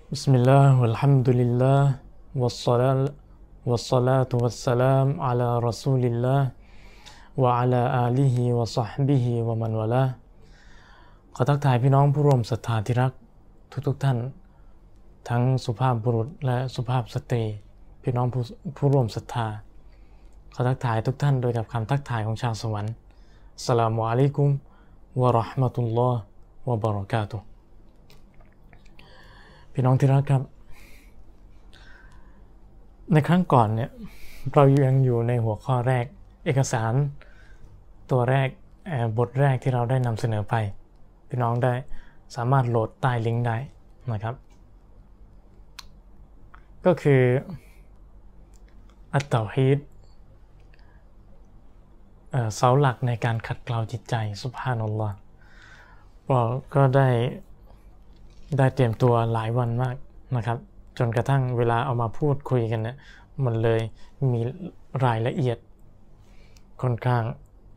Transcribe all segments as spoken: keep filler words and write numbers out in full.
بسم الله والحمد لله والصلاة والصلاة والسلام على رسول الله وعلى آله وصحبه ومن والاهขอทักทายพี่น้องผู้ร่วมศรัทธาที่รักทุกๆท่านทั้งสุภาพบุรุษและสุภาพสตรีพี่น้องผู้ผู้ร่วมศรัทธาขอทักทายทุกท่านโดยกับคำทักทายของชาวสวรรค์อัสสลามุอะลัยกุมวะเราะห์มะตุลลอฮ์วะบะเราะกาตุฮ์พี่น้องที่รักครับในครั้งก่อนเนี่ยเรายังอยู่ในหัวข้อแรกเอกสารตัวแรกบทแรกที่เราได้นำเสนอไปพี่น้องได้สามารถโหลดใต้ลิงก์ได้นะครับก็คืออัตเตาฮีดเสาหลักในการขัดเกลาจิตใจซุบฮานัลลอฮ์เราก็ได้ได้เตรียมตัวหลายวันมากนะครับจนกระทั่งเวลาเอามาพูดคุยกันเนี่ยมันเลยมีรายละเอียดค่อนข้าง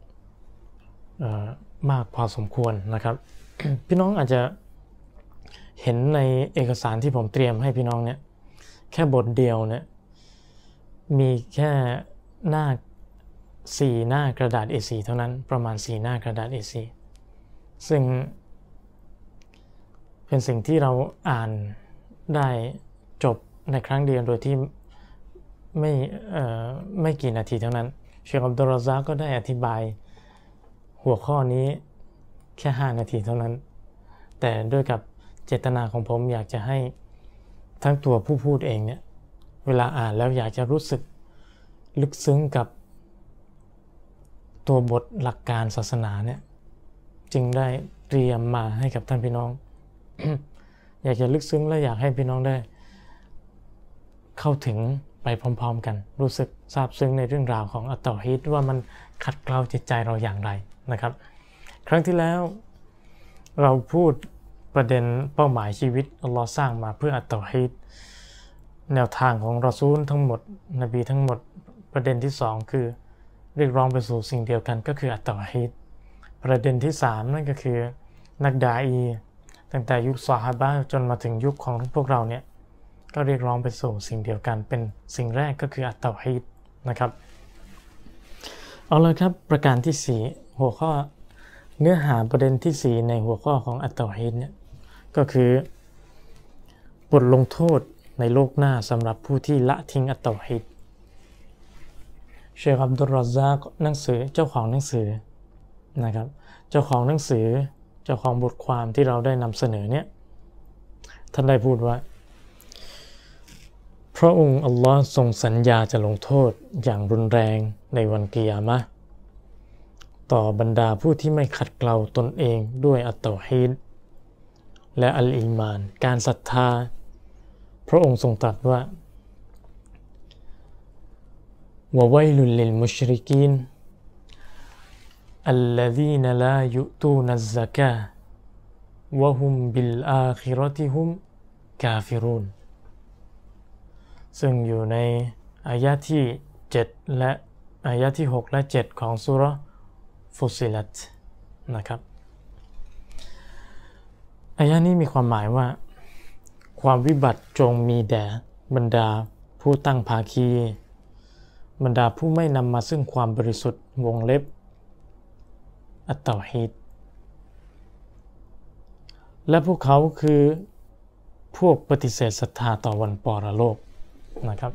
มากพอสมควรนะครับ พี่น้องอาจจะเห็นในเอกสารที่ผมเตรียมให้พี่น้องเนี่ยแค่บทเดียวเนี่ยมีแค่หน้าสี่หน้ากระดาษ เอ โฟร์ เท่านั้นประมาณสี่หน้ากระดาษ เอ โฟร์ ซึ่งเป็นสิ่งที่เราอ่านได้จบในครั้งเดียวโดยที่ไม่เอ่อไม่กี่นาทีเท่านั้นเชคอับดุลรอซากก็ได้อธิบายหัวข้อนี้แค่ห้านาทีเท่านั้นแต่ด้วยกับเจตนาของผมอยากจะให้ทั้งตัวผู้พูดเองเนี่ยเวลาอ่านแล้วอยากจะรู้สึกลึกซึ้งกับตัวบทหลักการศาสนาเนี่ยจึงได้เตรียมมาให้กับท่านพี่น้อง อยากจะลึกซึ้งและอยากให้พี่น้องได้เข้าถึงไปพร้อมๆกันรู้สึกซาบซึ้งในเรื่องราวของอัตเตาฮีดว่ามันขัดเกลาจิตใจเราอย่างไรนะครับครั้งที่แล้วเราพูดประเด็นเป้าหมายชีวิตอัลลอฮ์สร้างมาเพื่ออัตเตาฮีดแนวทางของรอซูลทั้งหมดนบีทั้งหมดประเด็นที่สองคือเรียกร้องไปสู่สิ่งเดียวกันก็คืออัตเตาฮีดประเด็นที่สามนั่นก็คือนักดาอีตั้งแต่ยุคซอฮาบะห์จนมาถึงยุคของพวกเราเนี่ยก็เรียกร้องไปสู่สิ่งเดียวกันเป็นสิ่งแรกก็คืออัตเตาฮีดนะครับเอาเลยครับประการที่สี่หัวข้อเนื้อหาประเด็นที่สี่ในหัวข้อของอัตเตาฮีดเนี่ยก็คือบทลงโทษในโลกหน้าสำหรับผู้ที่ละทิ้งอัตเตาฮีดเชคอับดุลรอซากหนังสือเจ้าของหนังสือนะครับเจ้าของหนังสือเจ้าของบทความที่เราได้นำเสนอเนี่ยท่านได้พูดว่าพระองค์อัลลอฮ์ทรงสัญญาจะลงโทษอย่างรุนแรงในวันกิยามะห์ต่อบรรดาผู้ที่ไม่ขัดเกลาตนเองด้วยอัตเตาฮีดและอัลอีมานการศรัทธาพระองค์ทรงตรัสว่าวะวัยลุลลิลมุชริกีนالذين لا يؤتون الزكاة وهم بالآخرة هم كافرون ซึ่งอยู่ในอายะที่เจ็ดและอายะที่หกและเจ็ดของซูเราะห์ฟุssiลัตนะครับอายะนี้มีความหมายว่าความวิบัติจงมีแด่บรรดาผู้ตั้งภาคีบรรดาผู้ไม่นำมาซึ่งความบริสุทธิ์วงเล็บอัตเตาฮีดและพวกเขาคือพวกปฏิเสธศรัทธาต่อวันปรโลกนะครับ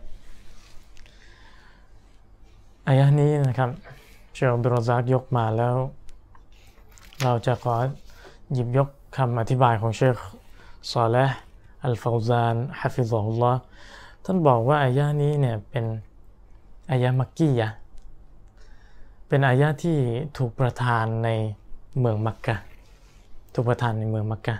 อายะนี้นะครับเชคอับดุลรอซากยกมาแล้วเราจะขอหยิบยกคำอธิบายของเชคซอลิห์อัลฟาวซานฮะฟิซะฮุลลอฮ์ท่านบอกว่าอายะนี้เนี่ยเป็นอายะมักกียะห์เป็นอายะที่ถูกประทานในเมืองมักกะห์ถูกประทานในเมืองมักกะห์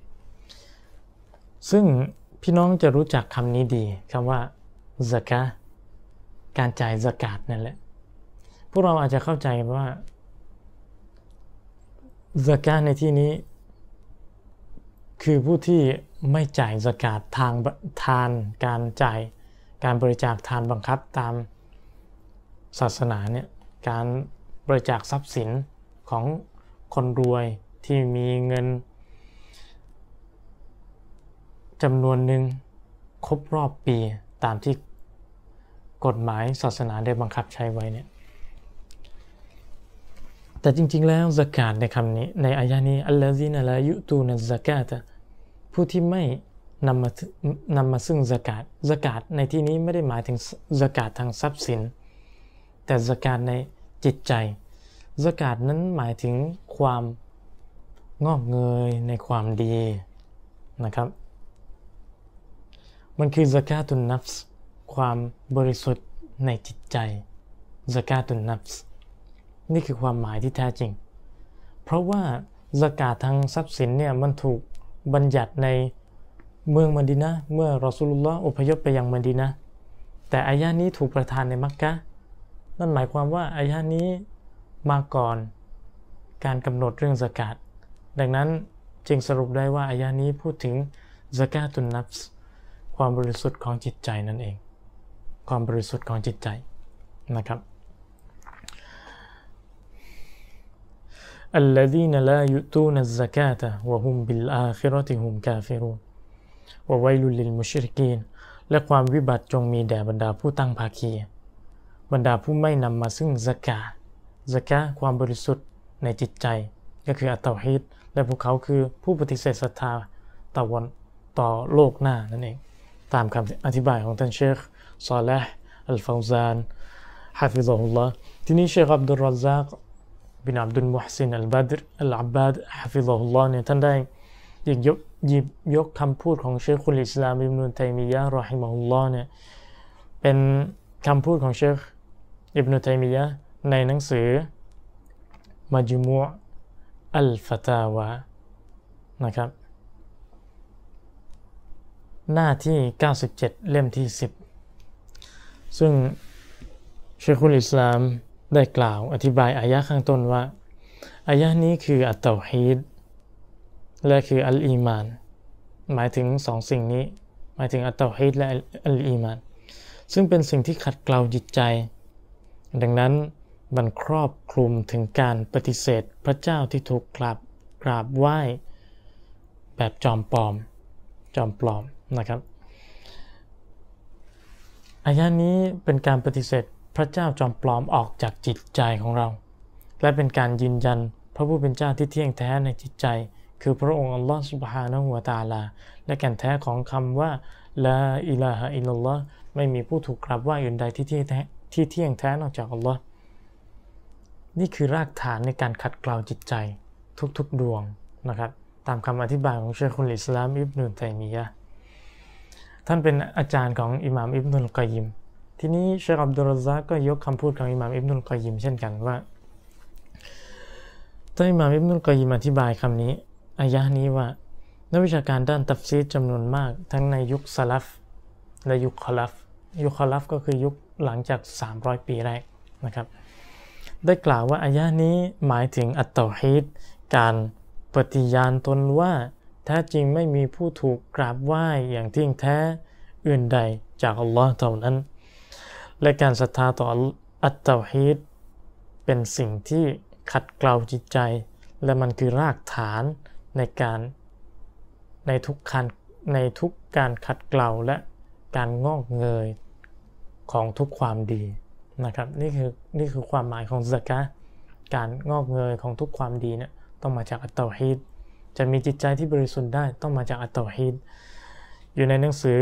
ซึ่งพี่น้องจะรู้จักคำนี้ดีคำว่าซะกะห์การจ่ายซะกาตนั่นแหละพวกเราอาจจะเข้าใจว่าซะกาตในที่นี้คือผู้ที่ไม่จ่ายซะกาตทางทานการจ่ายการบริจาคทานบังคับตามศาสนาเนี่ยการบริจาคทรัพย์สินของคนรวยที่มีเงินจำนวนหนึ่งครบรอบปีตามที่กฎหมายศาสนาได้บังคับใช้ไว้เนี่ยแต่จริงๆแล้วซะกาตในคำนี้ในอายะนี้อัลลอซีนะลายุตูนัซซะกาตผู้ที่ไม่นำมานำมาซึ่งซะกาตซะกาตในที่นี้ไม่ได้หมายถึงซะกาตทางทรัพย์สินแต่ซะกาตในจิตใจซะกาตนั้นหมายถึงความงอกเงยในความดีนะครับมันคือซะกาตุนนัฟส์ความบริสุทธิ์ในจิตใจซะกาตุนนัฟส์นี่คือความหมายที่แท้จริงเพราะว่าซะกาตทางทรัพย์สินเนี่ยมันถูกบัญญัติในเมืองมะดีนะห์เมื่อรอซูลุลลอฮ์อพยพไปยังมะดีนะห์แต่อายะนี้ถูกประทานในมักกะฮ์นั่นหมายความว่าอายะนี้มาก่อนการกำหนดเรื่องซะกาตดังนั้นจึงสรุปได้ว่าอายะนี้พูดถึงซะกาตุนนัฟส์ความบริสุทธิ์ของจิตใจนั่นเองความบริสุทธิ์ของจิตใจนะครับالذين لا يؤتون الزكاة وهم بالآخرة هم كافرون وويل للمشركين และความวิบัติจงมีแด่บรรดาผู้ตั้งภาคีบรรดาผู้ไม่นำมาซึ่งซะกาตซะกาตความบริสุทธิ์ในจิตใจก็คืออัตเตาฮีดและพวกเขาคือผู้ปฏิเสธศรัทธาต่อวันต่อโลกหน้านั่นเองตามคำอธิบายของท่านเชคซอเลห์อัลฟาวซานฮะฟิซะฮุลลอฮ์ที่นี้เชคอับดุลรอซากบินอับดุลมุฮซินอัลบัดรอัลอับบาดฮะฟิซะฮุลลอฮ์เนี่ยท่านได้หยิบยกหยิบยกคำพูดของเชคุลอิสลามอิบนุตัยมียะห์รอฮิมะฮุลลอฮ์เนี่ยเป็นคำพูดของเชคอิบนุตัยมียะห์ในหนังสือมัจมูอ์อัลฟะตาวานะครับหน้าที่เก้าสิบเจ็ดเล่มที่สิบซึ่งเชคุลอิสลามได้กล่าวอธิบายอายะห์ข้างต้นว่าอายะห์นี้คืออัตเตาฮีดและคืออัลอีมานหมายถึงสองสิ่งนี้หมายถึงอัตเตาฮีดและอัลอีมานซึ่งเป็นสิ่งที่ขัดเกลาจิตใจดังนั้นมันครอบคลุมถึงการปฏิเสธพระเจ้าที่ถูกกราบกราบไหว้แบบจอมปลอมจอมปลอมนะครับอายะนี้เป็นการปฏิเสธพระเจ้าจอมปลอมออกจากจิตใจของเราและเป็นการยืนยันพระผู้เป็นเจ้าที่เที่ยงแท้ในจิตใจคือพระองค์อัลลอฮฺซุบฮานะฮูวะตะอาลาและแก่นแท้ของคำว่าลาอิลาฮะอิลลัลลอฮ์ไม่มีผู้ถูกกราบไหว้อื่นใดที่เที่ยงแท้ที่เที่ยงแท้นอกจากอัลลอฮ์นี่คือรากฐานในการขัดเกลาจิตใจทุกๆดวงนะครับตามคำอธิบายของเชคุลอิสลามอิบนุตัยมียะห์ท่านเป็นอาจารย์ของอิหม่ามอิบนุลกอยยิมทีนี้เชคอับดุลรอซากก็ยกคำพูดของอิหม่ามอิบนุลกอยยิมเช่นกันว่าท่านอิหม่ามอิบนุลกอยยิมอธิบายคำนี้อายะห์นี้ว่านักวิชาการด้านตัฟซีรจำนวนมากทั้งในยุคซะลัฟและยุคคอลัฟยุคคอลัฟก็คือยุคหลังจากสามร้อยปีแรกนะครับได้กล่าวว่าอายะห์นี้หมายถึงอัตเตาฮีดการปฏิญาณตนว่าแท้จริงไม่มีผู้ถูกกราบไหว้อย่างเที่ยงแท้อื่นใดจากอัลลอฮ์เท่านั้นและการศรัทธาต่ออัตเตาฮีดเป็นสิ่งที่ขัดเกลาจิตใจและมันคือรากฐานในการในทุกการในทุกการขัดเกลาและการงอกเงยของทุกความดีนะครับนี่คือนี่คือความหมายของซะกาตการงอกเงยของทุกความดีเนี่ยต้องมาจากอัตเตาฮีดจะมีจิตใจที่บริสุทธิ์ได้ต้องมาจากอัตเตาฮีดอยู่ในหนังสือ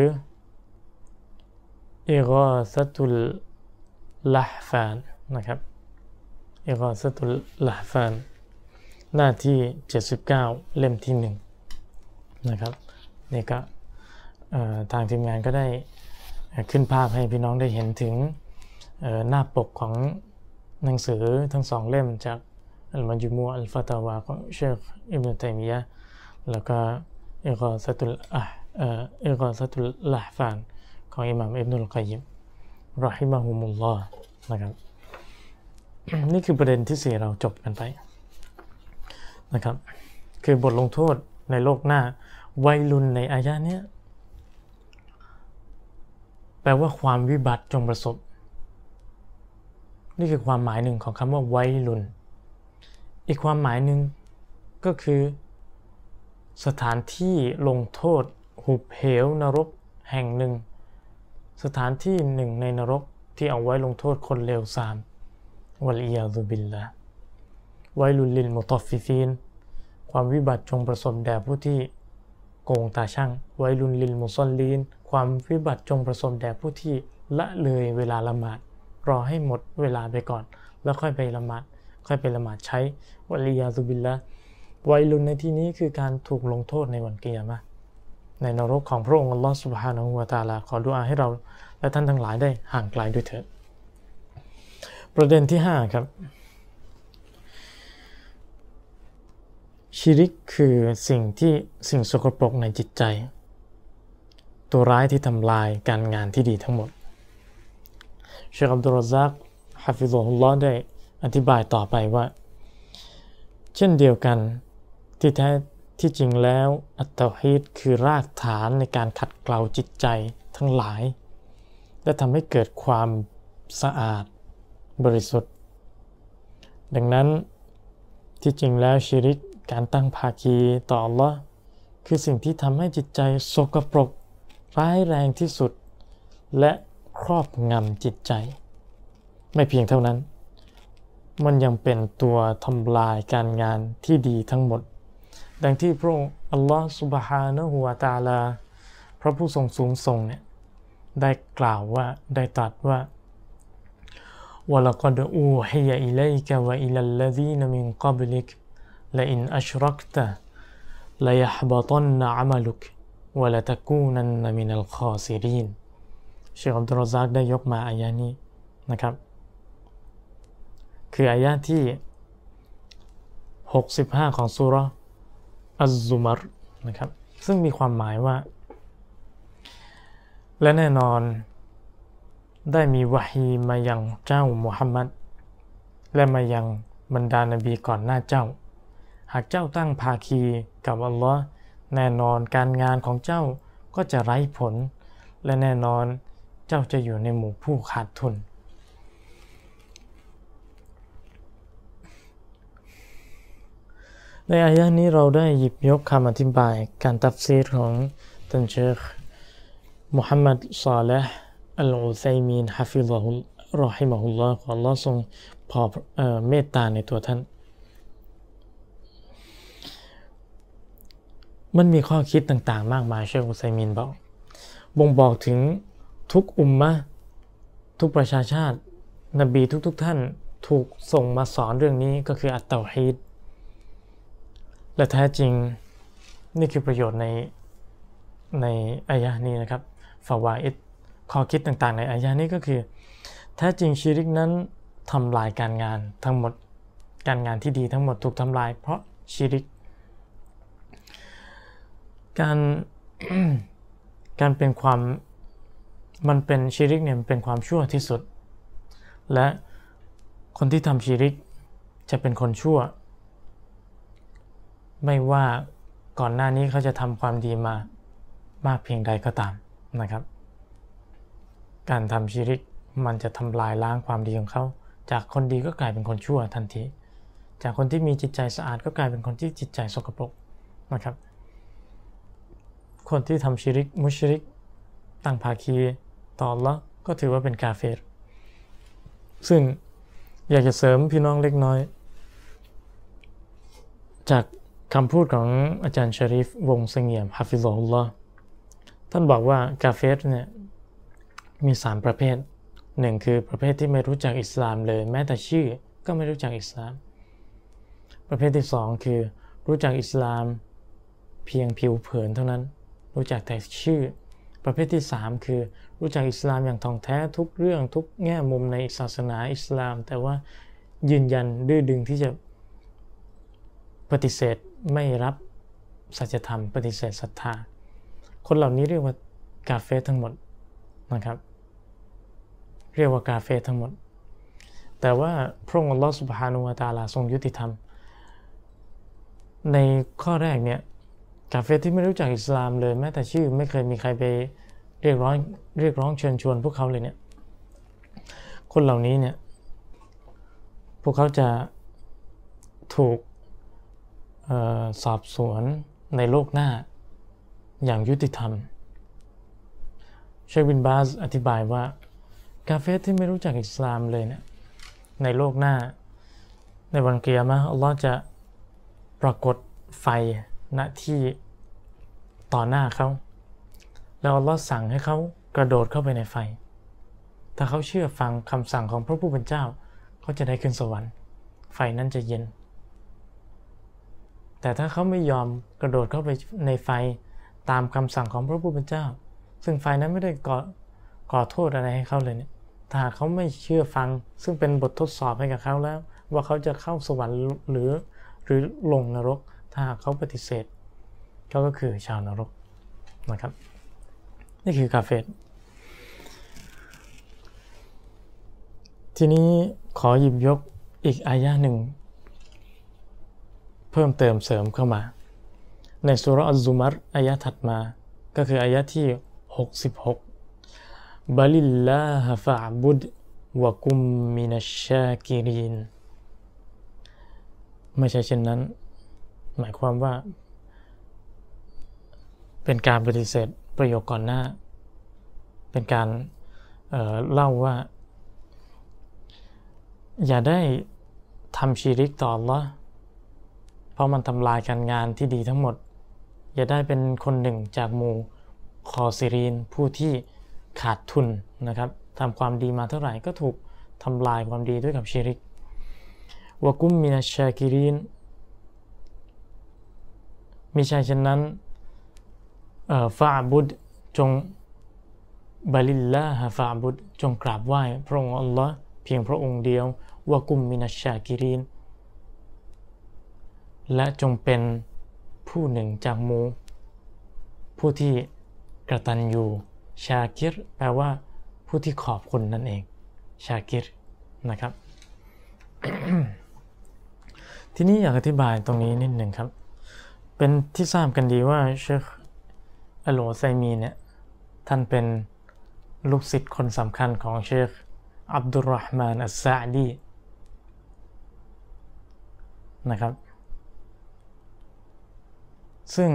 อิฆอซะตุลละห์ฟานนะครับอิฆอซะตุลละห์ฟานหน้าที่เจ็ดสิบเก้าเล่มที่หนึ่งนะครับนี่ก็ทางทีมงานก็ได้ขึ้นภาพให้พี่น้องได้เห็นถึงหน้าปกของหนังสือทั้งสองเล่มจากอัลมัจมูอ์อัลฟะตาวาของเชคอิบนุตัยมียะห์แล้วก็อิฆอซะตุลอะห์อิฆอซะตุลละห์ฟานของอิหม่ามอิบนุลกอยยิมรอฮิมะฮุมุลลอฮ์นะครับ นี่คือประเด็นที่สี่เราจบกันไปนะครับคือบทลงโทษในโลกหน้าวัยลุนในอายะห์นี้แปลว่าความวิบัติจงประสบนี่คือความหมายหนึ่งของคำว่าวัยลุนอีกความหมายหนึ่งก็คือสถานที่ลงโทษหุบเหวนรกแห่งหนึ่งสถานที่หนึ่งในนรกที่เอาไว้ลงโทษคนเลวทรามวัลอียาซุบิลลาห์ไวลุลลิลมุตอฟฟิฟีนความวิบัติจงประสบแด่ผู้ที่โกงตาช่างไวลุลลิลมุซอลลีนความวิบัติจงประสบแด่ผู้ที่ละเลยเวลาละหมาดรอให้หมดเวลาไปก่อนแล้วค่อยไปละหมาดค่อยไปละหมาดใช้วัลอียาซุบิลลาห์ไวลุลในที่นี้คือการถูกลงโทษในวันกิยามะห์ในนรกของพระองค์อัลลอฮฺซุบฮานะฮูวะตะอาลาขอดุอาให้เราและท่านทั้งหลายได้ห่างไกลด้วยเถิดประเด็นที่ห้าครับชิริกคือสิ่งที่สิ่งสกปรกในจิตใจตัวร้ายที่ทำลายการงานที่ดีทั้งหมดเชคอับดุลรอซากฮะฟิซุลลอฮ์ได้อธิบายต่อไปว่าเช่นเดียวกันที่แท้ที่จริงแล้วอัตเตาฮีดคือรากฐานในการขัดเกลาจิตใจทั้งหลายและทำให้เกิดความสะอาดบริสุทธิ์ดังนั้นที่จริงแล้วชิริกการตั้งภาคีต่ออัลลอฮ์คือสิ่งที่ทำให้จิตใจสกปรกร้ายแรงที่สุดและครอบงำจิตใจไม่เพียงเท่านั้นมันยังเป็นตัวทำลายการงานที่ดีทั้งหมดดังที่พระองค์อัลลอฮ์ซุบฮานะฮูวะตะอาลาพระผู้ทรงสูงส่งเนี่ยได้กล่าวว่าได้ตรัสว่าวะละกอดอูฮิยะอิลัยกะวะอิลัลลซีนมินกับลิกละอินอัชรักตะละยะฮบะตันอะมัลุกวะละตะกูนันมินัลคอซิรีนเชคอับดุลรอซากได้ยกมาอายะนี้นะครับคืออายะที่หกสิบห้าของซูเราะห์อัซซุมัรนะครับซึ่งมีความหมายว่าและแน่นอนได้มีวะฮีมายังเจ้ามุฮัมมัดและมายังบรรดานบีก่อนหน้าเจ้าหากเจ้าตั้งภาคีกับอัลลอฮ์แน่นอนการงานของเจ้าก็จะไร้ผลและแน่นอนเจ้าจะอยู่ในหมู่ผู้ขาดทุนในอายะห์นี้เราได้หยิบยกคำอธิบายการตัฟซีรของท่านเชคมุฮัมมัดศอลิห์อัลอุซัยมีนฮะฟิซะฮุรอฮิมะฮุลลอฮ์ขออัลเลาะห์ทรงพอเอ่อเมตตาในตัวท่านมันมีข้อคิดต่างๆมากมายเชคอุซัยมีนบอกบ่งบอกถึงทุกอุมมะห์ทุกประชาชาตินบีทุกๆท่านถูกส่งมาสอนเรื่องนี้ก็คืออัตเตาฮีดและแท้จริงนี่คือประโยชน์ในในอายะห์นี้นะครับฟาวาอิดข้อคิดต่างๆในอายะห์นี้ก็คือแท้จริงชิริกนั้นทำลายการงานทั้งหมดการงานที่ดีทั้งหมดถูกทำลายเพราะชิริกการ การเป็นความมันเป็นชิริกเนี่ยเป็นความชั่วที่สุดและคนที่ทำชิริกจะเป็นคนชั่วไม่ว่าก่อนหน้านี้เขาจะทำความดีมามากเพียงใดก็ตามนะครับการทำชิริกมันจะทำลายล้างความดีของเขาจากคนดีก็กลายเป็นคนชั่วทันทีจากคนที่มีจิตใจสะอาดก็กลายเป็นคนที่จิตใจสกปรกนะครับคนที่ทำชิริกมุชริกตั้งภาคีต่ออัลเลาะห์ก็ถือว่าเป็นกาเฟรซึ่งอยากจะเสริมพี่น้องเล็กน้อยจากคำพูดของอาจารย์ชะรีฟวงศ์เสงี่ยมฮะฟิซะฮุลลอฮ์ท่านบอกว่ากาเฟรเนี่ยมีสามประเภทหนึ่งคือประเภทที่ไม่รู้จักอิสลามเลยแม้แต่ชื่อก็ไม่รู้จักอิสลามประเภทที่สองคือรู้จักอิสลามเพียงผิวเผินเท่านั้นรู้จักแต่ชื่อประเภทที่สามคือรู้จักอิสลามอย่างท่องแท้ทุกเรื่องทุกแง่มุมในศาสนาอิสลามแต่ว่ายืนยันดื้อดึงที่จะปฏิเสธไม่รับสัจธรรมปฏิเสธศรัทธาคนเหล่านี้เรียกว่ากาเฟรทั้งหมดนะครับเรียกว่ากาเฟรทั้งหมดแต่ว่าพระองค์อัลลอฮฺซุบฮานะฮูวะตะอาลาทรงยุติธรรมในข้อแรกเนี่ยกาเฟรที่ไม่รู้จักอิสลามเลยแม้แต่ชื่อไม่เคยมีใครไปเรียกร้องเรียกร้องเชิญชวนพวกเขาเลยเนี่ยคนเหล่านี้เนี่ยพวกเขาจะถูกสอบสวนในโลกหน้าอย่างยุติธรรมเชคบินบาซอธิบายว่ากาเฟรที่ไม่รู้จักอิสลามเลยเนี่ยในโลกหน้าในวันกิยามะห์อัลลอฮ์จะปรากฏไฟณที่ต่อหน้าเขาแล้วอัลลอฮ์สั่งให้เขากระโดดเข้าไปในไฟถ้าเขาเชื่อฟังคำสั่งของพระผู้เป็นเจ้าเขาจะได้ขึ้นสวรรค์ไฟนั้นจะเย็นแต่ถ้าเขาไม่ยอมกระโดดเข้าไปในไฟตามคำสั่งของพระผู้เป็นเจ้าซึ่งไฟนั้นไม่ได้ก่อก่อโทษอะไรให้เขาเลยเนี่ยถ้าเขาไม่เชื่อฟังซึ่งเป็นบททดสอบให้กับเขาแล้วว่าเขาจะเข้าสวรรค์หรือหรือลงนรกถ้าเขาปฏิเสธเขาก็คือชาวนรกนะครับนี่คือกาเฟรทีนี้ขอหยิบยกอีกอายะหนึ่งเพิ่มเติมเสริมเข้ามาในซูเราะห์อัซซุมัรอายะถัดมาก็คืออายะที่หกสิบหกบะลิลลาฮะฟะอ์บุดวะกุมมินัชชาคิรีนไม่ใช่เช่นนั้นหมายความว่าเป็นการปฏิเสธประโยคก่อนหน้าเป็นการเอ่อเล่าว่าอย่าได้ทำชิริกต่ออัลเลาะห์เพราะมันทำลายการงานที่ดีทั้งหมดอย่าได้เป็นคนหนึ่งจากหมู่คอซิรีนผู้ที่ขาดทุนนะครับทำความดีมาเท่าไหร่ก็ถูกทำลายความดีด้วยกับชิริกวะกุมมินัชชาคิรีนมิใช่เช่นนั้นฟะอ์บุดจงบะลิลลาฮะฟะอ์บุดจงกราบไหว้พระองค์อัลเลาะห์เพียงพระองค์เดียววะกุมมินัชชาคิรีนและจงเป็นผู้หนึ่งจากหมู่ผู้ที่กตัญญูชาคิรแปลว่าผู้ที่ขอบคุณนั่นเองชาคิรนะครับ ทีนี้อยากอธิบายตรงนี้นิดหนึ่งครับเป็นที่ทราบกันดีว่าเชคอัลอุซัยมีนเนี่ยท่านเป็นลูกศิษย์คนสำคัญของเชคอับดุลเราะห์มานอัสซะอ์ดีนะครับซึ่ง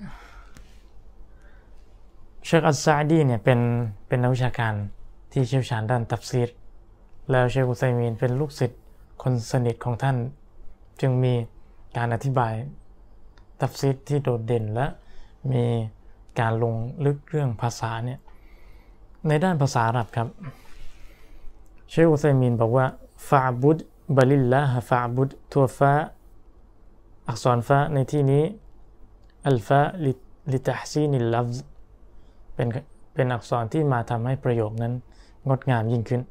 เชคอัสซะอ์ดีเนี่ยเป็นเป็นนักวิชาการที่เชี่ยวชาญด้านตัฟซีรแล้วเชคอุซัยมีนเป็นลูกศิษย์คนสนิทของท่านจึงมีการอธิบายตัฟซีรที่โดดเด่นและมีการลงลึกเรื่องภาษาเนี่ยในด้านภาษาอาหรับครับเชคอุซัยมีนบอกว่าฟะอ์บุดบะลิลลาฮะฟะอ์บุดตัวฟาอักษรฟาในที่นี้อัลฟาลิลิตะฮซีนิลลัฟซ์เป็นเป็นอักษรที่มาทำให้ประโยคนั้นงดงามยิ่งขึ้น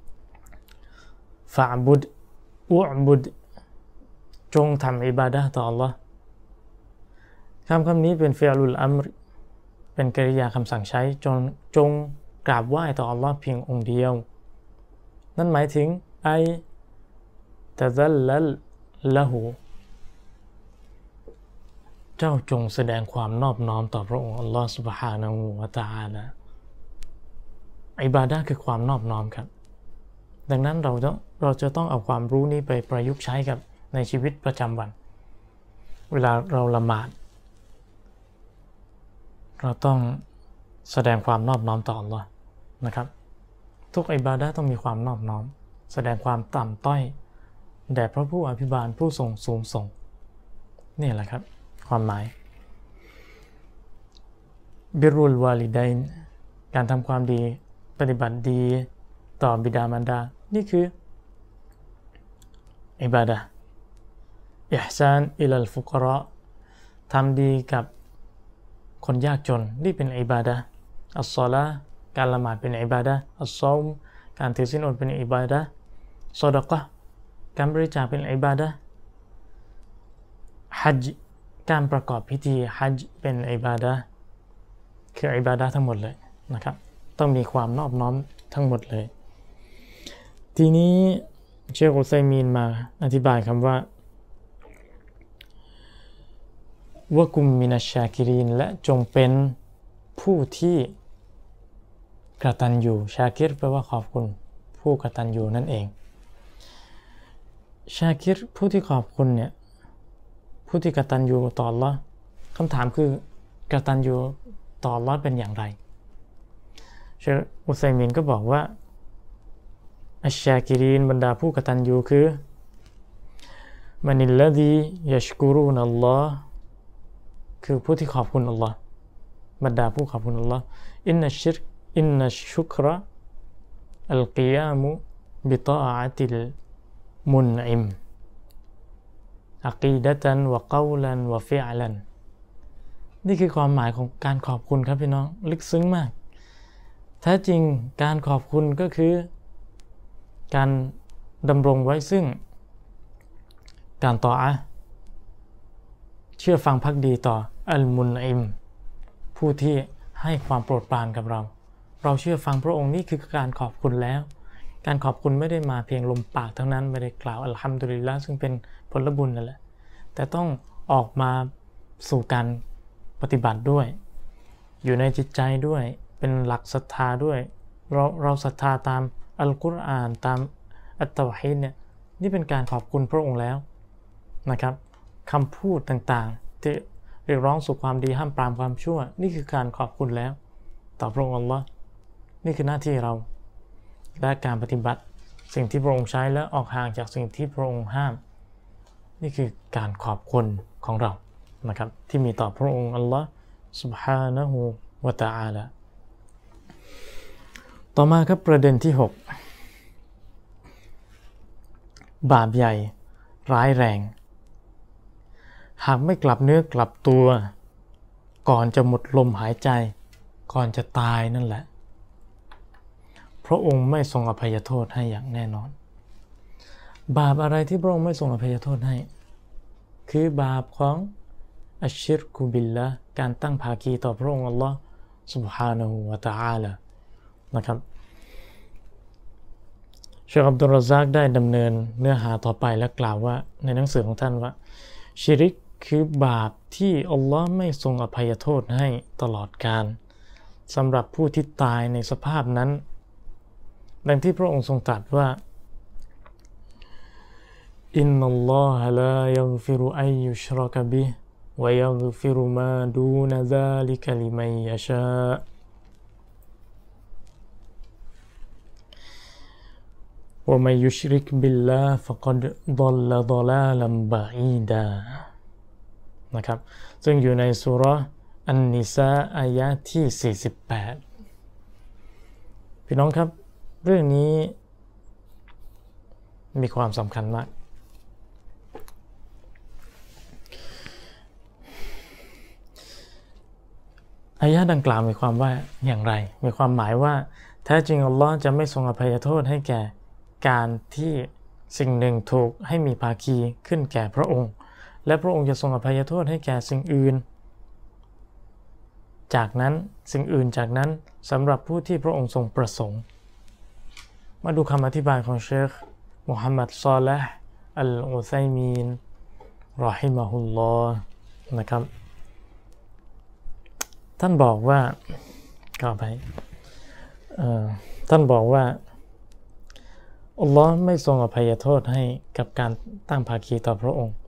ฟะอ์บุดอุอ์บุดจงทำอิบาดะห์ต่อ Allah คำคำนี้เป็นฟิอลุลอัมรเป็นกริยาคำสั่งใช้จงจงกราบไหว้ต่อ Allah เพียงองค์เดียวนั่นหมายถึงไอตะซัลลัลละหูเจ้าจงแสดงความนอบน้อมต่อพระองค์อัลลอฮฺซุบฮานะฮูวะตะอาลาอิบาดะห์คือความนอบน้อมครับดังนั้นเราต้องเราจะต้องเอาความรู้นี้ไปประยุกต์ใช้กับในชีวิตประจำวันเวลาเราละหมาดเราต้องแสดงความนอบน้อมต่ออัลลอฮ์นะครับทุกอิบาดะห์ต้องมีความนอบน้อมแสดงความต่ำต้อยแด่พระผู้อภิบาลผู้ทรงสูงส่งนี่แหละครับความหมายบิรุลวาลิดัยน์การทำความดีปฏิบัติดีต่อบิดามารดานี่คืออิบาดะห์อิห์ซานอิลัลฟุกเราะห์ทำดีกับคนยากจนนี่เป็นอิบาดะห์อัศศอลาห์การละหมาดเป็นอิบาดะห์อัศศอมการถือศีลอดเป็นอิบาดะห์ซอดะกะห์การบริจาคเป็นอิบาดะห์ฮัจญ์การประกอบพิธีฮัจญ์เป็นอิบาดะห์คืออิบาดะห์ทั้งหมดเลยนะครับต้องมีความนอบน้อมทั้งหมดเลยทีนี้เชคอุซัยมีนมาอธิบายคำว่าวะกุมมินัชชาคิรีนและจงเป็นผู้ที่กตัญญูชาคิรแปลว่าขอบคุณผู้กตัญญูนั่นเองชาคิรผู้ที่ขอบคุณเนี่ยผู้ที่กตัญญูต่อ Allah คำถามคือกตัญญูต่ออัลเลาะห์เป็นอย่างไรเชคอุซัยมินก็บอกว่าอัชชากิรีนบรรดาผู้กตัญญูคือมันิลลดียัชกุรูนัลลอฮ์คือผู้ที่ขอบคุณอัลลอฮ์บรรดาผู้ขอบคุณอัลลอฮ์อินนัชชิรอินนัชชุกระอัลกิยามุบิตาอะติลมุนอิมอะกีดะตันวะกอลันวะฟิอลันนี่คือความหมายของการขอบคุณครับพี่น้องลึกซึ้งมากแท้จริงการขอบคุณก็คือการดำรงไว้ซึ่งการต่ออะห์เชื่อฟังภักดีต่ออัลมุนอิมผู้ที่ให้ความโปรดปรานกับเราเราเชื่อฟังพระองค์นี่คือการขอบคุณแล้วการขอบคุณไม่ได้มาเพียงลมปากเท่านั้นไม่ได้กล่าวอัลฮัมดุลิลละห์ซึ่งเป็นผลบุญนั่นแหละแต่ต้องออกมาสู่การปฏิบัติด้วยอยู่ในจิตใจด้วยเป็นหลักศรัทธาด้วยเราเราศรัทธาตามอัลกุรอานตามอัตตะวะฮีดเนี่ยนี่เป็นการขอบคุณพระองค์แล้วนะครับคำพูดต่างๆที่เรียกร้องสู่ความดีห้ามปรามความชั่วนี่คือการขอบคุณแล้วต่อพระองค์อัลลอฮ์นี่คือหน้าที่เราและการปฏิบัติสิ่งที่พระองค์ใช้และออกห่างจากสิ่งที่พระองค์ห้ามนี่คือการขอบคุณของเรานะครับที่มีต่อพระองค์อัลลอฮ์ سبحانه และ تعالى ต่อมาครับประเด็นที่หกบาปใหญ่ร้ายแรงหากไม่กลับเนื้อกลับตัวก่อนจะหมดลมหายใจก่อนจะตายนั่นแหละพระองค์ไม่ทรงอภัยโทษให้อย่างแน่นอนบาปอะไรที่พระองค์ไม่ทรงอภัยโทษให้คือบาปของอัชชิรกุบิลละการตั้งภาคีต่อพระองค์อัลลอฮ์ سبحانه และ تعالى นะครับเชคอับดุลรอซากได้ดำเนินเนื้อหาต่อไปและกล่าวว่าในหนังสือของท่านว่าชิริกคือบาปที่อัลลอฮ์ไม่ทรงอภัยโทษให้ตลอดกาลสำหรับผู้ที่ตายในสภาพนั้นดังที่พระองค์ทรงตรัสว่าอินนัลลอฮะลายัฆฟิรุอัยยุชรกะบิฮ์วะยัฆฟิรุมาดูนซาลิกะลิมันยะชาวะมัยยุชริกบิลลาฮ์ฟะกัดฎอลละฎอลาลัมบะอีดานะครับซึ่งอยู่ในซูเราะห์อันนิสาอายะห์ที่สี่สิบแปดพี่น้องครับเรื่องนี้มีความสำคัญมากอายะห์ดังกล่าวมีความว่าอย่างไรมีความหมายว่าแท้จริงอัลลอฮ์จะไม่ทรงอภัยโทษให้แก่การที่สิ่งหนึ่งถูกให้มีภาคีขึ้นแก่พระองค์และพระองค์จะทรงอภัยโทษให้แก่สิ่งอื่นจากนั้นสิ่งอื่นจากนั้นสำหรับผู้ที่พระองค์ทรงประสงค์มาดูคำอธิบายของเชคมุฮัมมัดซอลิห์อัลอุซัยมีนรอฮิมะฮุลลอฮ์นะครับท่านบอกว่าก็ไปท่านบอกว่าอัลลอฮ์ไม่ทรงอภัยโทษให้กับการตั้งภาคีต่อพระองค์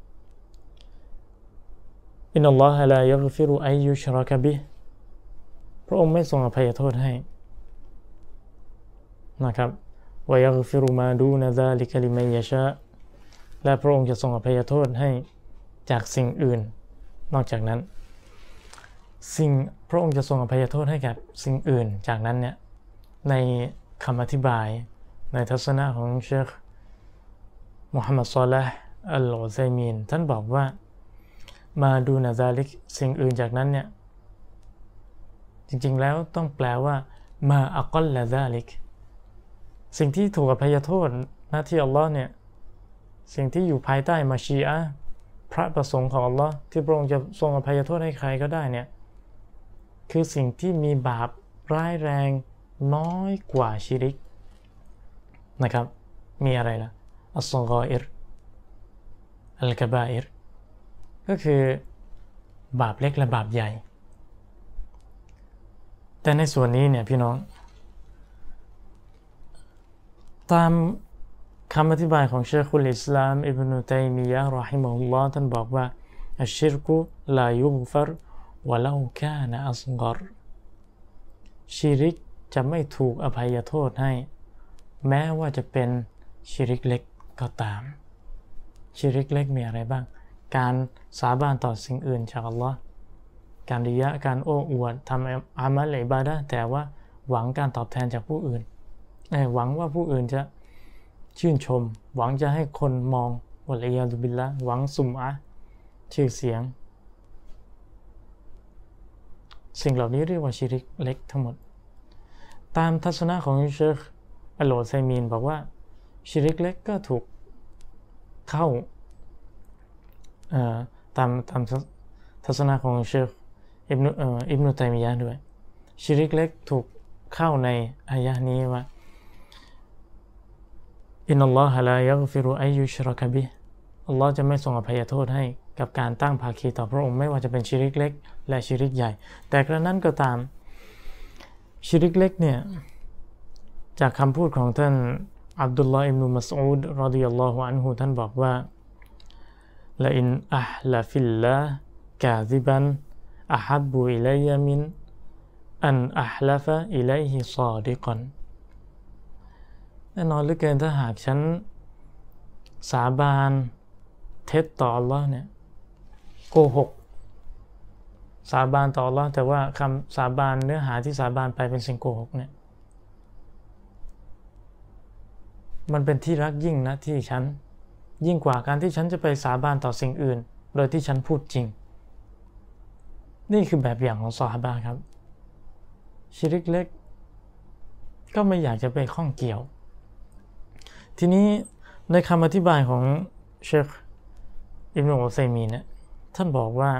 อินนัลลอฮะลายัฆฟิรุอัยยุชรกะบิฮ์พระองค์ไม่ทรงอภัยโทษให้นะครับวะยัฆฟิรุมาดูนซาลิกะลิมันยะชาและพระองค์จะทรงอภัยโทษให้จากสิ่งอื่นนอกจากนั้นสิ่งพระองค์จะทรงอภัยโทษให้กับสิ่งอื่นจากนั้นเนี่ยในคำอธิบายในทัศนะของเชคมุฮัมมัดซอลิห์อัลอุซัยมีนท่านบอกว่ามาดูนาซาลิกสิ่งอื่นจากนั้นเนี่ยจริงๆแล้วต้องแปลว่ามาอักอลละซาลิกสิ่งที่ถูกอภัยโทษหน้าที่อัลลอฮ์เนี่ยสิ่งที่อยู่ภายใต้มาชีอะห์พระประสงค์ของอัลลอฮ์ที่พระองค์จะทรงอภัยโทษให้ใครก็ได้เนี่ยคือสิ่งที่มีบาปร้ายแรงน้อยกว่าชิริกนะครับมีอะไรล่ะอัสซอกออิรอัลกะบาอิรก็คือบาปเล็กและบาปใหญ่แต่ในส่วนนี้เนี่ยพี่น้องตามคำอธิบายของเชคอุลอิสลามอิบนุตัยมียะห์รอฮิมะฮุลลอฮ์ท่านบอกว่าอัชชิรกุลายุฆฟัรวะลาคานะอัศฆอรชิริกจะไม่ถูกอภัยโทษให้แม้ว่าจะเป็นชิริกเล็กก็ตามชิริกเล็กมีอะไรบ้างการสาบานต่อสิ่งอื่นจากอัลลอฮ์การริยะการโอ้อวดทำอามัลอิบาดะห์แต่ว่าหวังการตอบแทนจากผู้อื่นหวังว่าผู้อื่นจะชื่นชมหวังจะให้คนมองวะลัยยาซุบิลละหวังซุมอะห์ชื่อเสียงสิ่งเหล่านี้เรียกว่าชิริกเล็กทั้งหมดตามทัศนะของเชคอัลโลไซมีนบอกว่าชิริกเล็กก็ถูกเข้าตามตามทัศนะของเชคอิบนุอิบนุตัยมียะห์ด้วยชิริกเล็กถูกเข้าในอายะห์นี้ว่าอินนัลลอฮะลายัฆฟิรุอัยยุชรกะบิฮ์อัลลอฮ์จะไม่ทรงอภัยโทษให้กับการตั้งภาคีต่อพระองค์ไม่ว่าจะเป็นชิริกเล็กและชิริกใหญ่แต่กระนั้นก็ตามชิริกเล็กเนี่ยจากคำพูดของท่านอับดุลลอฮ์อิบนุมัสอูดรอฎิยัลลอฮุอันฮุท่านบอกว่าละอินอะห์ละฟิลลาห์กาซิบันอะฮับบุอิลัยมินอันอะห์ละฟะอิลัยฮิศอดิกันแน่นอนเหลือเกินถ้าหากฉันสาบานเท็จต่ออัลลอฮ์เนี่ยโกหกสาบานต่ออัลลอฮ์แต่ว่าคำสาบานเนื้อหาที่สาบานไปเป็นสิ่งโกหกเนี่ยมันเป็นที่รักยิ่งนะที่ฉันยิ่งกว่าการที่ฉันจะไปสาบานต่อสิ่งอื่นโดยที่ฉันพูดจริงนี่คือแบบอย่างของซอฮาบะห์ครับชิริกเล็กก็ไม่อยากจะไปข้องเกี่ยวทีนี้ในคำอธิบายของเชคอิบนุอุซัยมีนเนี่ยท่านบอกว่า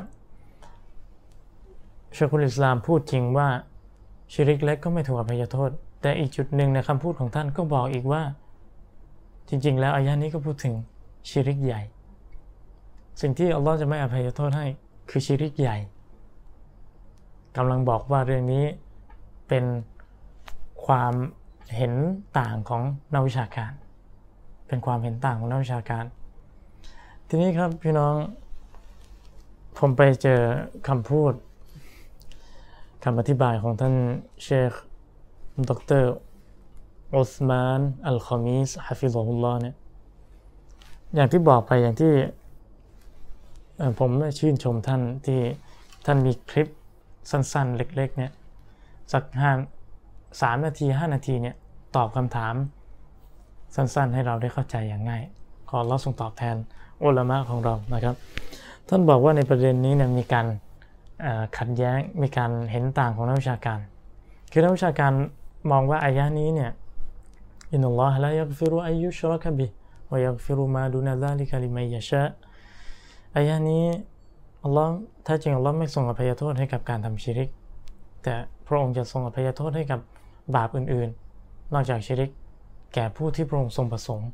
เชคุลอิสลามพูดจริงว่าชิริกเล็กก็ไม่ถูกอภัยโทษแต่อีกจุดหนึ่งในคำพูดของท่านก็บอกอีกว่าจริงๆแล้วอายะนี้ก็พูดถึงชิริกใหญ่สิ่งที่อัลลอฮ์จะไม่อภัยโทษให้คือชิริกใหญ่กำลังบอกว่าเรื่องนี้เป็นความเห็นต่างของนักวิชาการเป็นความเห็นต่างของนักวิชาการทีนี้ครับพี่น้องผมไปเจอคำพูดคำอธิบายของท่านเชคดร.อุสมานอัลคอมีสฮะฟิซะฮุลลอฮ์เนี่ยอย่างที่บอกไปอย่างที่ผมชื่นชมท่านที่ท่านมีคลิปสั้นๆเล็กๆเนี่ยสักห้าสามนาทีห้านาทีเนี่ยตอบคำถามสั้นๆให้เราได้เข้าใจอย่างง่ายขออัลเลาะห์ทรงตอบแทนอุลามะของเรานะครับท่านบอกว่าในประเด็นนี้เนี่ยมีการขัดแย้งมีการเห็นต่างของนักวิชาการคือนักวิชาการมองว่าอายะนี้เนี่ยอินนัลลอฮะลายัฆฟิรุอัยยุชรกะบิฮ์วะยัฆฟิรุมาดุนะซาลิกะลิมัยยะชาอายะนี้อัลลอฮ์แท้จริงอัลลอฮ์ไม่ทรงอภัยโทษให้กับการทำชิริกแต่พระองค์จะทรงอภัยโทษให้กับบาปอื่นๆนอกจากชิริกแก่ผู้ที่พระองค์ทรงประสงค์